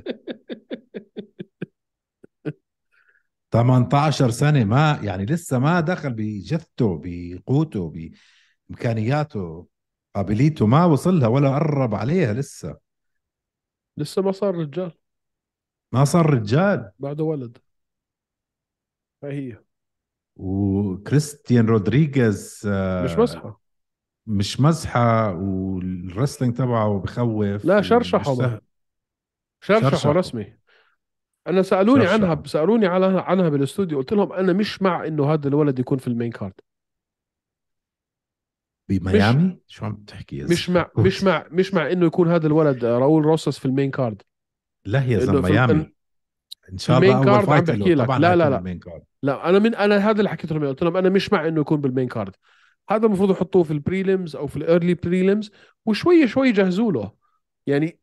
18 سنه، ما يعني لسه ما دخل بجثته بقوته بامكانياته. قابليته ما وصلها ولا قرب عليها لسه. لسه ما صار رجال. ما صار رجال. بعده ولد. فهي وكريستيان رودريغيز مش مسحه. مش مزحة، والرسلينج تبعه بخوف لا، شرشحه ومش مان. سهل. شرشحه شرشحه. رسمي. انا سالوني عنها، شرشحه سالوني عنها بالاستوديو، قلت لهم انا مش مع انه هذا الولد يكون في المين كارد. مش بميامي؟ شو عم تحكي يا مش مع زلمة؟ مش مع مش مع انه يكون هذا الولد راؤول روسس في المين كارد. لا يا لانه زلمة، ميامي. ان في شاء الله المين اول كارد عم فايت له بحكي لك، طبعا لا لا حيكون لا. بالمين كارد. لا، انا هذا اللي حكيت لهم، قلت لهم انا مش مع انه يكون بالمين كارد. هذا المفروض يحطوه في البريليمز او في الايرلي بريليمز، وشوي شوي جهزوا له يعني.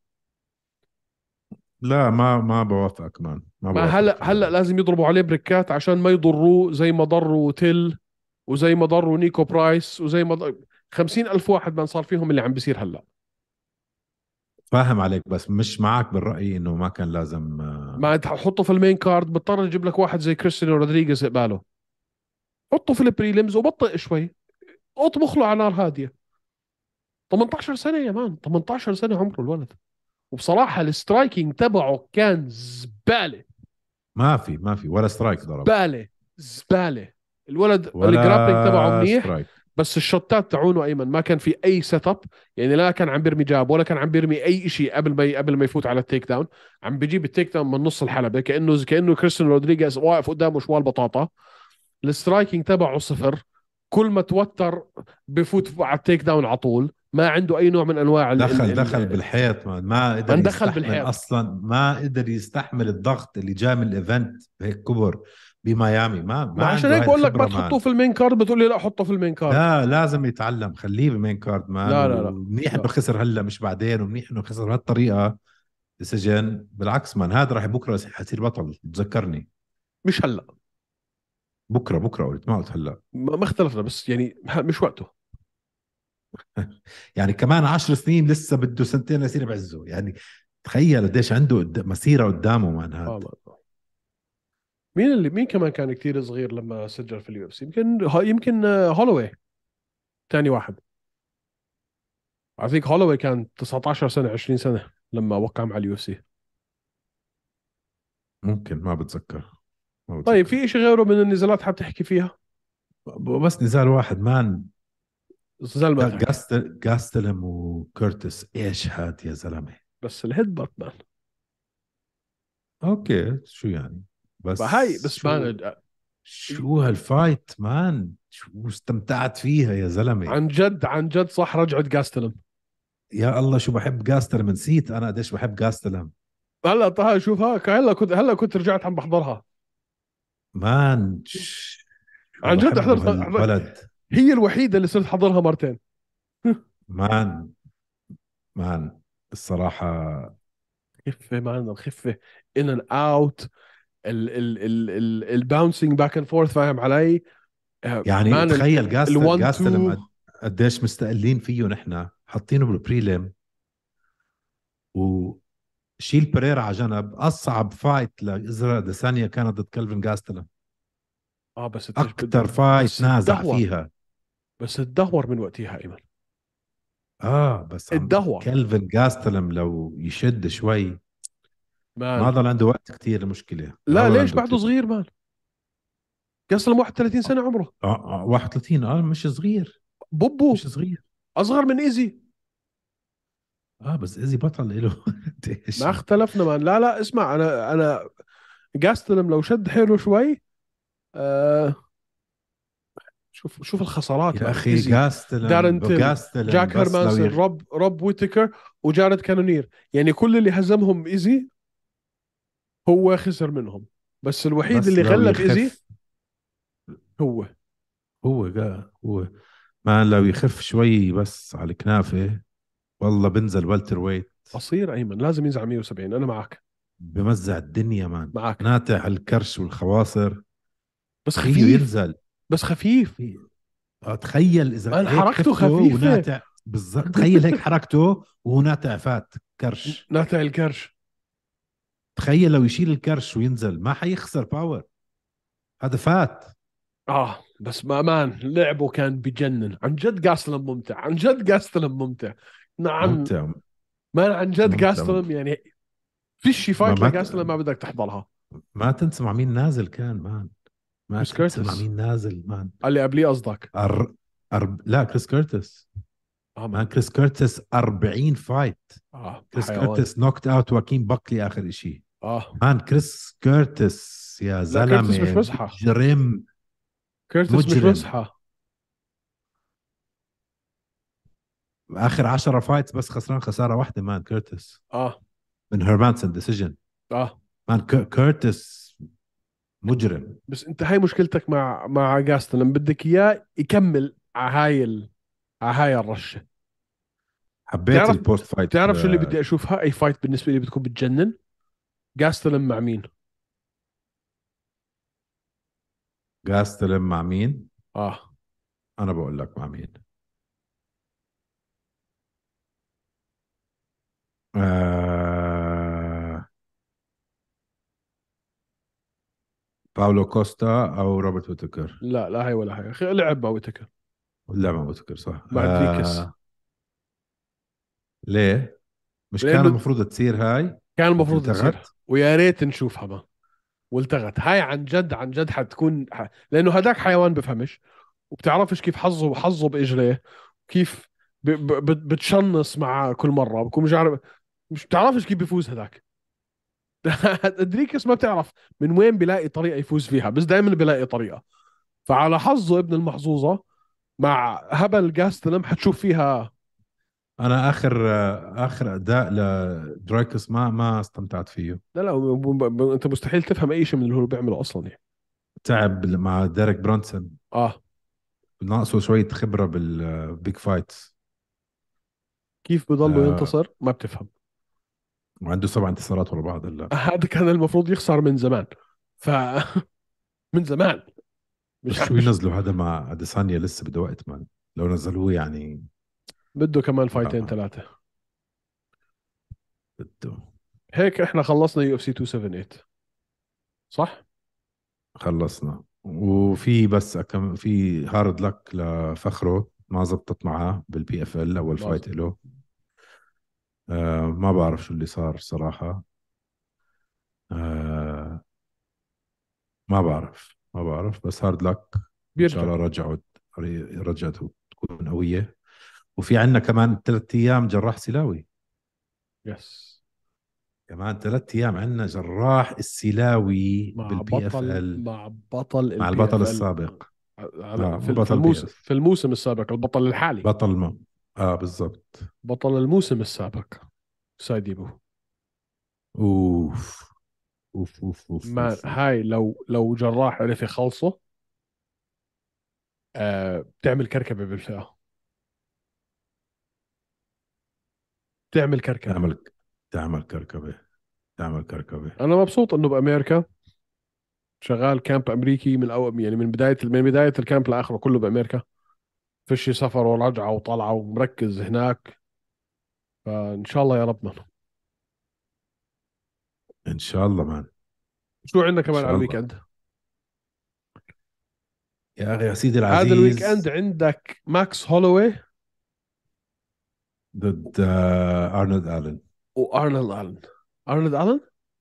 لا، ما بوافقك مان، ما ما هلا بوافقك هلا ابدا. لازم يضربوا عليه بريكات عشان ما يضروه زي ما ضروا تيل، وزي ما ضروا نيكو برايس، وزي ما 50,000 واحد من صار فيهم اللي عم بيصير هلا. فاهم عليك، بس مش معك بالرأي انه ما كان لازم ما تحطه في المين كارد بضطر يجيب لك واحد زي كريستيانو رودريغيز قباله. حطه في البريليمز وبطئ شوي، اطبخ له على نار هاديه. 18 سنه يا مان، 18 سنه عمره الولد. وبصراحه السترايكينج تبعه كان زباله. ما في ولا سترايك ضرب. زباله. زباله. الولد الجرابلينج تبعه ولا منيح، سترايك. بس الشوتات تاعونه ايمن ما كان في اي سيت اب. يعني لا كان عم بيرمي جاب، ولا كان عم بيرمي اي شيء قبل ما يفوت على التيك داون. عم بيجيب التيك داون من نص الحلبه، كانه كريستيان رودريغيز واقف قدامه شوال بطاطا. السترايكينج تبعه صفر. كل ما توتر بفوت على التيك داون على طول، ما عنده اي نوع من انواع دخل بالحيط، ما قدر من دخل يستحمل بالحيط. اصلا، ما قدر يستحمل الضغط اللي جاء من الايفنت بهيك كبر بميامي. ما ما عشان عنده هيك هاي بقول لك ما الخبره تحطوه مان. في المين كارد، بتقول لي لا حطه في المين كارد. لا، لازم يتعلم، خليه بمين كارد مان. لا لا لا ومنيح انه لا، خسر هلا مش بعدين، ومنيح انه خسر بهالطريقه. السجن بالعكس مان، هذا راح بكره حيصير بطل، تذكرني. مش هلا. بكره قلت، ما قلت هلا. ما اختلفنا، بس يعني مش وقته. يعني كمان 10 سنين لسه بده سنتين ليصير بعزه يعني. تخيل قديش عنده مسيره قدامه مان هذا. اه مين كمان كان كتير صغير لما سجل في اليو اف سي؟ يمكن هولوي. ثاني واحد. اعطيك هولوي كان 19 سنة 20 سنة لما وقع مع اليو اف سي. ممكن، ما بتذكر. ما طيب بتذكر. في شيء غيره من النزالات حاب تحكي فيها؟ بس نزال واحد مان. زلمتك. جاستلم وكورتس، ايش هاد يا زلمه؟ بس الهيد بات مان. اوكي، شو يعني؟ فهاي بس بس شو؟ مان، شو هالفايت مان، شو استمتعت فيها يا زلمه. عن جد عن جد صح، رجعت جاستلم. يا الله شو بحب جاستلم، نسيت انا قديش بحب جاستلم. هلا طه شوفها، هلا كنت رجعت عم بحضرها. مان شو عن جد بحبه حضرت. هالولد. هي الوحيده اللي صرت احضرها مرتين. مان مان الصراحة. خفه مان، الخفه، ان اند اوت، الباونسينج باك اند فورث، فاهم علي؟ يعني مان، تخيل ال1 جاستلم 2. قديش مستقلين فيه نحن، حاطينه بالبريلم. وشيل بريرا على جنب، أصعب فايت لإزراء ديسانيا كانت ضد كلفن جاستلم. اه بس أكتر فايت بس نازع اتدهور. فيها. بس اتدهور من وقتها ايمن. بس اتدهور. كلفن جاستلم لو يشد شوي. مان، ما ضل عنده وقت كتير، المشكلة ما لا ضل ليش عنده بعده كتير. صغير مان؟ قسلم 31 سنه عمره. 31، مش صغير. بوبو. مش صغير. اصغر من ايزي. بس إزي بطل له ما قديش. اختلفنا مان، لا لا اسمع، انا جاستلم لو شد حيله شوي. آه شوف الخسارات يا مان، اخي ايزي، دارين تيل، جاستلم جاك بس لو هيرمانسون، روب ويتكر، وجارد كانونير. يعني كل اللي هزمهم ايزي هو خسر منهم. بس الوحيد بس اللي لو غلب ايزي يخف. هو. هو ما لو يخف شوي بس على الكنافة، والله بنزل والتر ويت. قصير ايمن، لازم ينزل 170، انا معك. بمزع الدنيا مان. معك. ناتع الكرش والخواصر. بس فيه خفيف. ينزل. بس خفيف. تخيل اذا مان هيك حركته خفته خفيفة. وناتع بالضبط، تخيل هيك حركته وهو ناتع فات كرش. ناتع الكرش. تخيل لو يشيل الكرش وينزل ما حيخسر باور. هذا فات. بس ما مان لعبه كان بجنن، عن جد جاستلم ممتع، عن جد جاستلم ممتع. نعم. ممتع. مان عن جد ممتع. جاستلم يعني. فيش ما فايت ما لجاستلم ما بدك تحضرها. ما تنسى مع مين نازل كان مان. ما كريس تنسى مع كيرتس. مين نازل مان. اللي قبليه قصدك؟ لا، كريس كيرتس. مان مان. كريس كيرتس 40 فايت. كريس حيوان. كيرتس نوكت اوت واكين باكلي اخر اشي. اه مان كريس كيرتس يا لا، كيرتس مش زلمه مسحة. مجرم. كيرتس مش مجرم. مسحة. اخر 10 فايتس بس خسران خساره واحده مان كيرتس. اه من هيرمانسون ديسيجن. اه مان كيرتس مجرم. بس انت هاي مشكلتك مع جاستلم، بدك اياه يكمل على على هاي الرشة. حبيت تعرف البوست فايت. تعرف شو اللي بدي اشوفها؟ اي فايت بالنسبة لي بتكون بتجنن. جاستلم مع مين؟ جاستلم مع مين؟ اه انا بقول لك مع مين. آه... باولو كوستا او روبرت ويتكر. لا لا، هاي ولا هاي، لعب باوتك ولا ما ويتكر صح. مع دريكس. ليه؟ مش كان لانه المفروض تصير هاي؟ كان المفروض تصير، وتلتغت. ويا ريت نشوفها ما والتغت. هاي عن جد عن جد حتكون لانه هداك حيوان بفهمش، وبتعرفش كيف حظه باجريه، كيف بتشنص مع كل مره، بكون مش عارف، مش بتعرفش كيف بيفوز هداك. دريكس ما بتعرف من وين بيلاقي طريقه يفوز فيها، بس دائما بيلاقي طريقه. فعلى حظه ابن المحظوظه مع هبل جاستلم حتشوف فيها. انا اخر اداء لدرايكس ما استمتعت فيه. لا لا، انت مستحيل تفهم اي شيء من اللي هو بيعمله اصلا يعني. تعب مع ديريك برونسون. اه ناقصه شوية خبرة بالبيج فايتس. كيف بضله آه ينتصر ما بتفهم. وعنده 7 انتصارات ورا بعض هلا. هذا كان المفروض يخسر من زمان. ف من زمان. بس مش شو مش ينزلوا هذا مع اديسانيا لسه بده وقت مان. لو نزلوه يعني. بده كمان فايتين لا ثلاثة. بده. هيك احنا خلصنا UFC 278. صح؟ خلصنا وفي بس كم في هارد لك لفخره ما زبطت معاه بالبي اف ال اول لازم. فايت له. ما بعرف شو اللي صار صراحة. آه ما بعرف بس هارد لك. ان شاء بيرجع. الله رجعته تكون قوية. وفي عندنا كمان 3 ايام جراح سلاوي. يس. كمان 3 ايام عندنا جراح السلاوي مع بالبي اف بطل ال مع بطل مع البي البطل اف ال. السابق. على اه بطل بي الموسم، اف. في الموسم السابق البطل الحالي. بطل ما اه بالضبط. بطل الموسم السابق سايديبو. اوف اوف اوف اوف ما اوف, أوف. هاي لو جراح عرف يخلصه، بتعمل كركبة بالفئة، بتعمل كركبة. تعمل تعمل كركبة. تعمل كركبة. أنا مبسوط إنه بأمريكا، شغال كامب أمريكي من أول، يعني من بداية الكامب لآخره كله بأمريكا. فيش سفر ورجعة وطلعة، ومركز هناك. فإن شاء الله يا رب منه. ان شاء الله مان. شو عندنا ان كمان على شاء الله. الويكند؟ يا اخي يا سيدي هذا الويكند العزيز. عندك ماكس هولوي ضد ارنولد الن. وارنولد الن. ارنولد الن.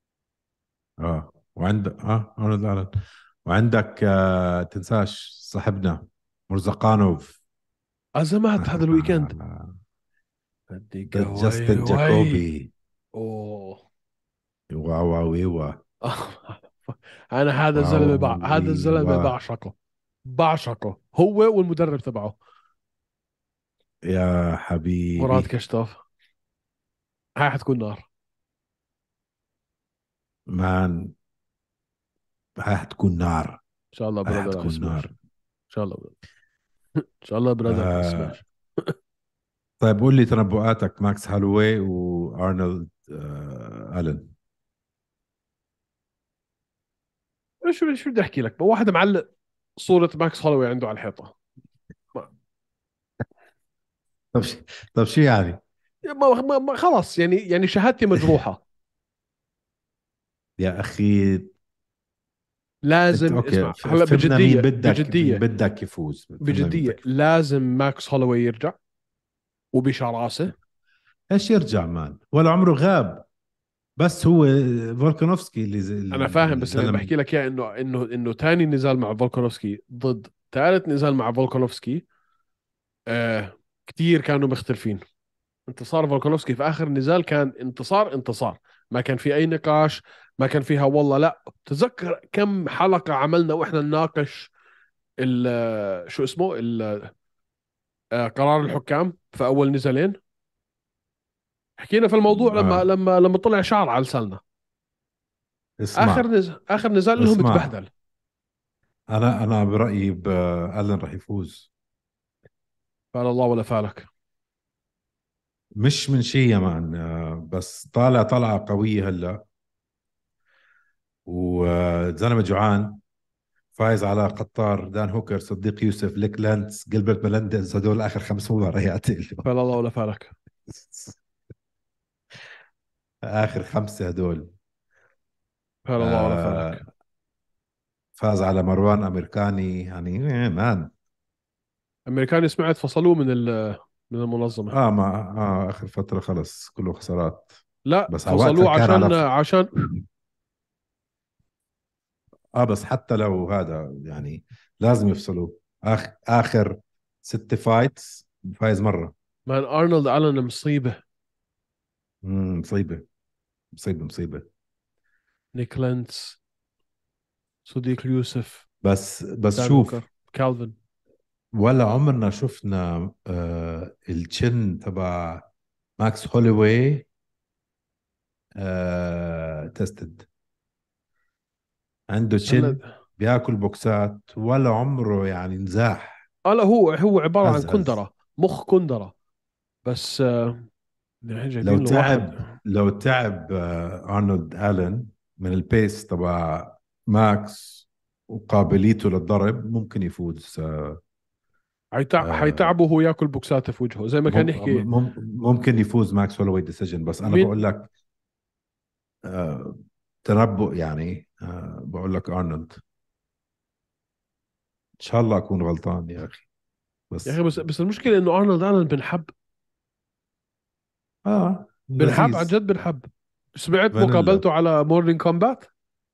وعندك ارنولد الن. وعندك تنساش صاحبنا مرزقانوف. ازمات هذا الويكند. بدي ضد قوي جاستن وي. جاكوبي. اوه. واو واو واو. انا واو هذا الزلمه واو. بعشقه. بعشقه هو والمدرب تبعه يا مراد حبيبي. كشتوف. هاي حتكون نار ان مان هاي حتكون نار. شاء الله هاي برادر حتكون سماش. نار. ان شاء الله ان شاء الله برادر آه سماش. طيب قول لي تنبؤاتك ماكس هالوي وارنولد الن. شو بدي احكي لك؟ واحد معلق صورة ماكس هولوي عنده على الحيطة. ما طب طب شو يعني؟ خلاص، يعني شهادتي مجروحة. يا اخي انت لازم اوكي اسمع هلا فهمنا مين بجدية بدك مين بجدية بدك يفوز. فهمنا مين بجدية، بدك يفوز. لازم ماكس هولوي يرجع وبشراسة. ايش يرجع مان ولا عمره غاب. بس هو فولكانوفسكي اللي انا فاهم، بس اللي الزلم. بحكي لك اياه انه ثاني نزال مع فولكانوفسكي ضد ثالث نزال مع فولكانوفسكي، كثير كانوا مختلفين. انتصار فولكانوفسكي في اخر نزال كان انتصار انتصار، ما كان في اي نقاش. ما كان فيها والله لا. تذكر كم حلقة عملنا واحنا نناقش شو اسمه قرار الحكام في اول نزالين. حكينا في الموضوع لما آه طلع شعر على لساننا. اسمع اخر نزال لهم اسمع. تبهدل. انا برايي الن راح يفوز. قال الله ولا فالك. مش من شيء يا مان بس طالع طلعه قويه هلا. وزلمه جوعان. فايز على قطار دان هوكر صديق يوسف ليك لانس جilbert ميلنديز هدول اخر 5 مباريات له. قال الله ولا فالك. اخر 5 هدول. قال الله ولا آه فالك. فاز على مروان امريكاني يعني مان. امريكاني سمعت فصلوه من المنظمة. ما اخر فتره خلص كله خسارات. لا، بس على وقتها فصلوه كان على عشان بس حتى لو هذا يعني لازم يفصلوا. اخر 6 فايتس فايز مره. مان ارنولد الن مصيبة. مصيبه. مصيبه مصيبه. نيك لينتس، صديق يوسف، بس دان شوف. هوكر، كالفن. ولا عمرنا شفنا الشن تبع ماكس هوليواي تستد. عنده بس هلا تشن. بياكل بوكسات ولا عمره يعني نزاح. لا، هو عبارة عن هز. كندرة، مخ كندرة. بس يعني لو جايبين له واحد. تعب لو تعب ارنولد الن من البيس تبع ماكس وقابليته للضرب ممكن يفوز. آه، حيتعبه وهو ياكل بوكسات في وجهه زي ما كان يحكي. ممكن يفوز ماكس هولوي ديسيجن. بس انا مين؟ بقول لك آه، تنبؤ يعني بقول لك ارنولد. ان شاء الله اكون غلطان يا اخي. يا اخي، بس بس المشكلة انه ارنولد الن بنحب. بنحب عن لذيذ. جد بنحب. سمعت فانيلا. مقابلته على مورنينج كومبات.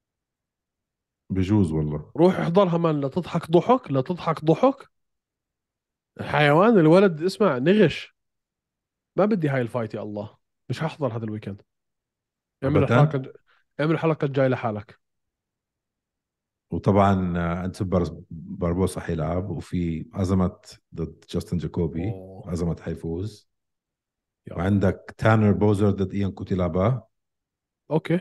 بجوز والله. روح احضرها مان، لا تضحك ضحك، لا تضحك ضحك. حيوان الولد، اسمع نغش. ما بدي هاي الفايت يا الله. مش هحضر هذا الويكند. اعمل ابدا. الحلقة، اعمل الحلقة الجاي لحالك. وطبعا انسو باربوسا حيلعب، وفي أزمت ضد جاستن جاكوبي، اوه. أزمت حيفوز. يا رب. وعندك تانر بوزر ضد إيان كوتيلابا، اوكي.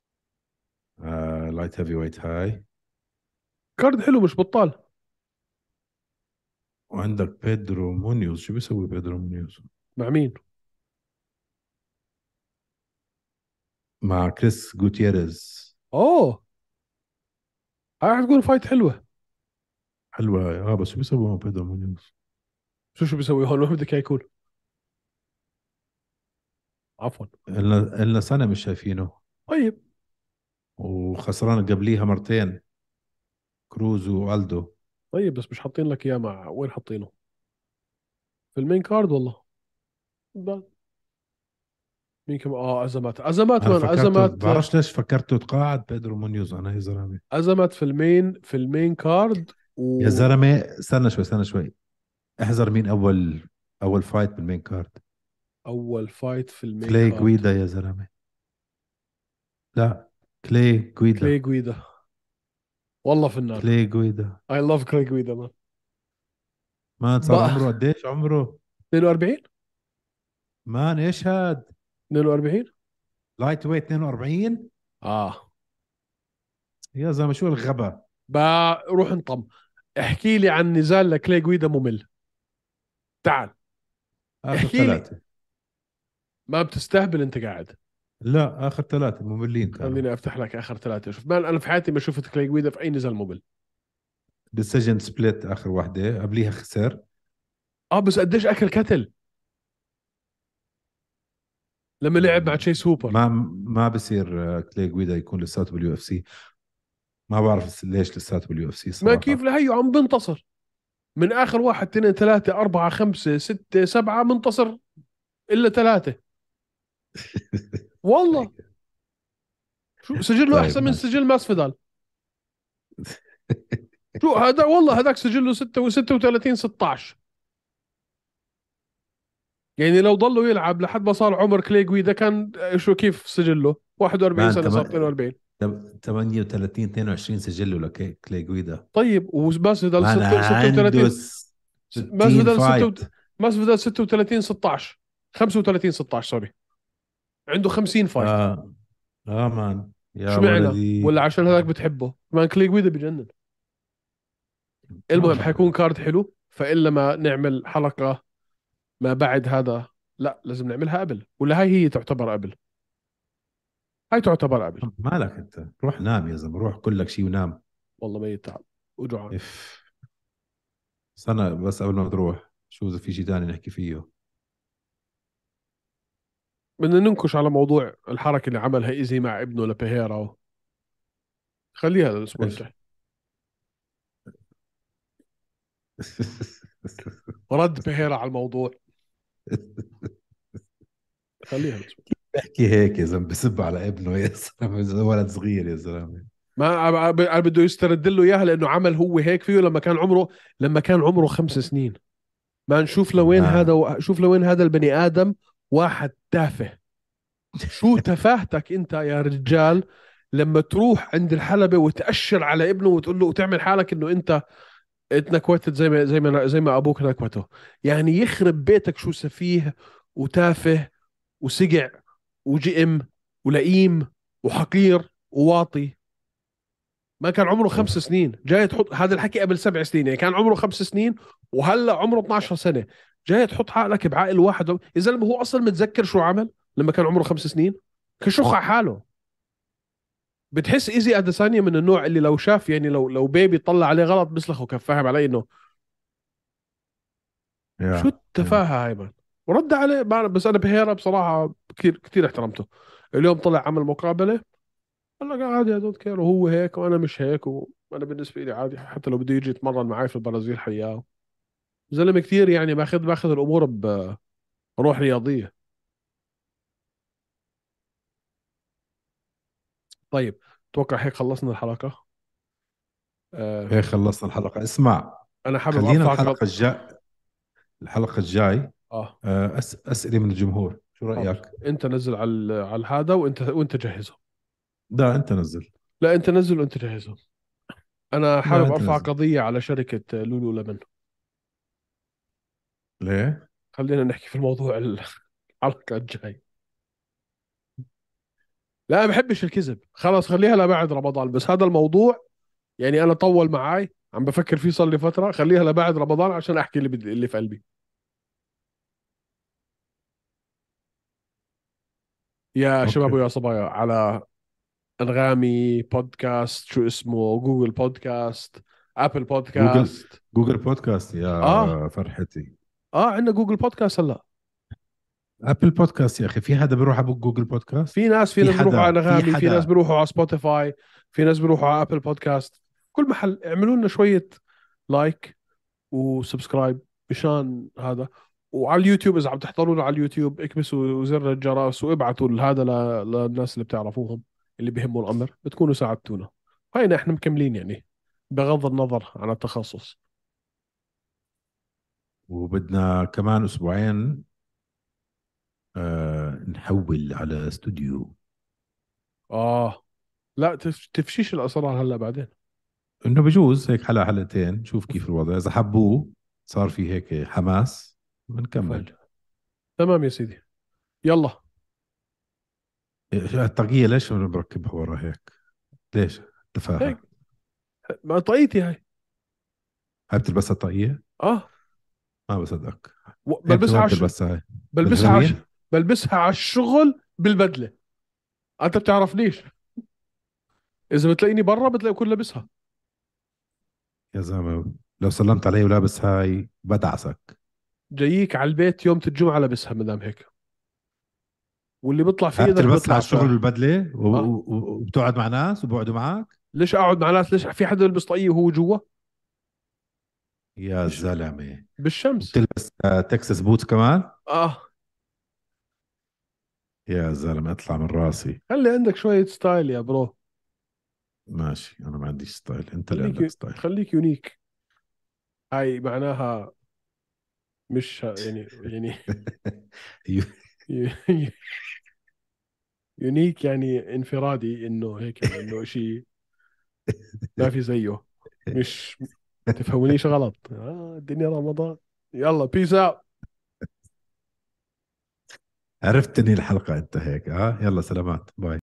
لايت هيفي ويت هاي. كارد حلو مش بطال. وعندك بيدرو مونيوز، شو بيسوي بيدرو مونيوز؟ مع مين؟ مع كريس جوتيريز. اوه، هاي حتكون فايت حلوة. حلوة هاي. اه بس شو بيسوي مع بيدرو مونيوز؟ شو بيسوي هون؟ وين بدك إياه يكون؟ عفوا. إلنا سنة مش شايفينه، طيب. وخسران قبليها مرتين، كروز والدو. طيب بس مش حاطين لك اياه مع وين حاطينه؟ في المين كارد والله. ب- مين كمان؟ اه ازمات، ازمات انا مان، فكرته، ازمات. بعرفش ليش فكرته تقاعد بيدرو مونيوز انا يا زلمه. ازمات في المين، في المين كارد. يا واول زلمه استنى شوي، استنى شوي. احذر مين اول فايت بالمين كارد. فايت في المين كلي كارد. جويدا يا زلمه. لا، كلي كلي جويدا. جويدا. والله فنان. كلي جويدا. اي لاف كلي جويدا مان. مان صار بقى عمره قديش عمره؟ 42. مان ايش هاد؟ 42. لايت ويت 42. اه. يا زلمه شو الغبا. بقى روح انطم. احكي لي عن نزال لكلي جويدا ممل. تعال. اخر احكي لي. ثلاثه. ما بتستهبل انت قاعد. لا اخر ثلاثه مملين كانوا. خليني افتح لك اخر ثلاثة. شوف مان، انا في حياتي ما شفت كلي جويدا في اي نزال ممل. ديسيجن سبليت اخر واحده، قبليها خسر. اه بس قديش اكل كتل لما لعب مع تشيس هوبر. ما بصير كلي جويدا يكون لساته باليو اف سي. ما بعرف ليش لساته باليو اف سي ما كيف صراحة. لهيو عم بنتصر. من اخر واحد، اثنين، ثلاثة، أربعة، خمسة، ستة، سبعة منتصر الا ثلاثة. والله. شو سجله طيب احسن من ماشي. سجل ماسفيدال. شو هذا؟ والله هذاك سجله 6 و36 16. يعني لو ضلوا يلعب لحد ما صار عمر كلي جويدا كان شو كيف سجله 41 مان سنة صار 42. 38 22 سجله كلي جويدا. طيب وماسفيدال مان 36. عنده 60 ماسفيدال 6. فايت. ماسفيدال 36 16. 35 16 سوري. عنده 50 فايت. اه اه مان يا شو معنى؟ ولدي. ولا عشان هذاك بتحبه مان كلي جويدا بجنن. ما المهم حيكون بعرف. كارد حلو، فإلا ما نعمل حلقة ما بعد هذا. لا لازم نعملها قبل، ولا هاي هي تعتبر قبل؟ هاي تعتبر قبل. مالك انت، روح نام يا زلمه، روح كل لك شيء ونام. والله ما يتعب وجوعان. اف. استنى بس قبل ما تروح، شو اذا في شيء ثاني نحكي فيه؟ بدنا ننكش على موضوع الحركة اللي عملها إيزي مع ابنه لبيهيرا. خليها الأسبوع ايش؟ الجاي. رد بيهيرا على الموضوع. خليها الأسبوع. بحكي هيك يا زلمه، بسب على ابنه يا زلمه، ولد صغير يا زلمه. ما بده يسترد له اياها لانه عمل هو هيك فيه لما كان عمره 5 سنين. ما نشوف لوين ما هذا، شوف لوين هذا البني ادم. واحد تافه. شو تفاهتك انت يا رجال؟ لما تروح عند الحلبة وتأشر على ابنه وتقول له وتعمل حالك انه انت اتنكوتت زي ما ابوك نكوته. يعني يخرب بيتك شو سفيه وتافه وسقع وجئم ولئيم وحقير وواطي. ما كان عمره خمس اوف. سنين جاي تحط هذا الحكي قبل 7 سنين، يعني كان عمره 5 سنين وهلا عمره 12 سنة. جاي تحط عقلك بعقل واحد يا زلمة، هو اصلا متذكر شو عمل لما كان عمره 5 سنين؟ كشخ على حاله. بتحس ايزي اديسانيا من النوع اللي لو شاف، يعني لو بيبي طلع عليه غلط بيسلخه، كان فاهم علي انه شو يا التفاهة هاي مان. ورد عليه بس انا بهيرا بصراحة كثير كثير احترمته. اليوم طلع عمل مقابلة، قال لك عادي، دونت كير، وهو هيك وانا مش هيك، وانا بالنسبه لي عادي، حتى لو بده يجي يتمرن معي في البرازيل حياه. زلمه كثير يعني ماخذ الامور بروح رياضيه. طيب. اتوقع هيك خلصنا الحلقه. آه. هيك خلصنا الحلقة. اسمع، انا حابب خلينا ارفعك الحلقة الجاي. الحلقة الجاي اه. أسئلة من الجمهور. شو خلص رايك؟ انت نزل على هذا، وانت جهزه. لا انت نزل. لا انت نزل وانت جهزه. انا لا حابب انت ارفع نزل. قضية على شركة لولو لبن. ليه؟ خلينا نحكي في الموضوع الحلقة الجاي. لا ما بحبش الكذب، خلاص خليها لبعد رمضان، بس هذا الموضوع يعني انا طول معاي، عم بفكر فيه صار لي فترة، خليها لبعد رمضان عشان احكي اللي في قلبي. يا شباب اوكي. ويا صبايا، على انغامي بودكاست، شو اسمه، جوجل بودكاست، ابل جوجل. بودكاست. جوجل بودكاست اه يا فرحتي. اه عندنا جوجل بودكاست هلا. ابل بودكاست يا اخي، في حدا بيروح على جوجل بودكاست؟ في في ناس بيروحوا على حدا في انغامي، في ناس حدا بيروحوا على سبوتيفاي، في ناس بيروحوا على ابل بودكاست. كل محل اعملوا لنا شوية لايك وسبسكرايب مشان هذا. وعلى اليوتيوب اذا عم تحضرونا على اليوتيوب اكبسوا زر الجرس وابعتوا هذا للناس اللي بتعرفوهم، اللي بيهموا الامر، بتكونوا ساعدتونا. هاينا احنا مكملين يعني، بغض النظر عن التخصص. وبدنا كمان اسبوعين نحول على استوديو. اه لا تفشيش الاسرار هلا بعدين. انه بجوز هيك حلقة حلقتين نشوف كيف الوضع، اذا حبوه صار في هيك حماس بنكمل. مفاجأة. تمام يا سيدي. يلا. الطاقية ليش بركبها ورا هيك؟ ليش؟ هيك تفاهة. ما طاقيتي هاي. هاي بتلبسها الطاقية؟ اه ما بصدقك. هي بلبسها وين بتلبسها هاي؟ بلبسها بالهالوين؟ بلبسها على الشغل بالبدله. انت بتعرفنيش، اذا بتلاقيني برا بتلاقي كل لابسها. يا زلمة لو سلمت علي ولابس هاي بدعسك. جاييك على البيت يوم الجمعه لابسها مدام هيك، واللي بيطلع في هاي ايدك بتلبسها على بيطلع الشغل في. بالبدلة اه وبتقعد مع ناس وبقعدوا معك؟ ليش اقعد مع ناس؟ ليش في حدا يلبس طاقية وهو جوا؟ يا مش زلمة. بالشمس. وبتلبس تكساس بوتس كمان؟ اه يا زلمة اطلع من راسي. خلي عندك شويه ستايل يا برو. ماشي، انا ما عنديش ستايل، انت اللي عندك ستايل. خليك يونيك. هاي معناها مش يعني يونيك يعني انفرادي، انه هيك يعني انه شيء ما في زيه. مش تفهمونيش غلط، الدنيا رمضان. يلا بيس اوت. عرفت تنهي الحلقة انت هيك؟ اه يلا سلامات باي.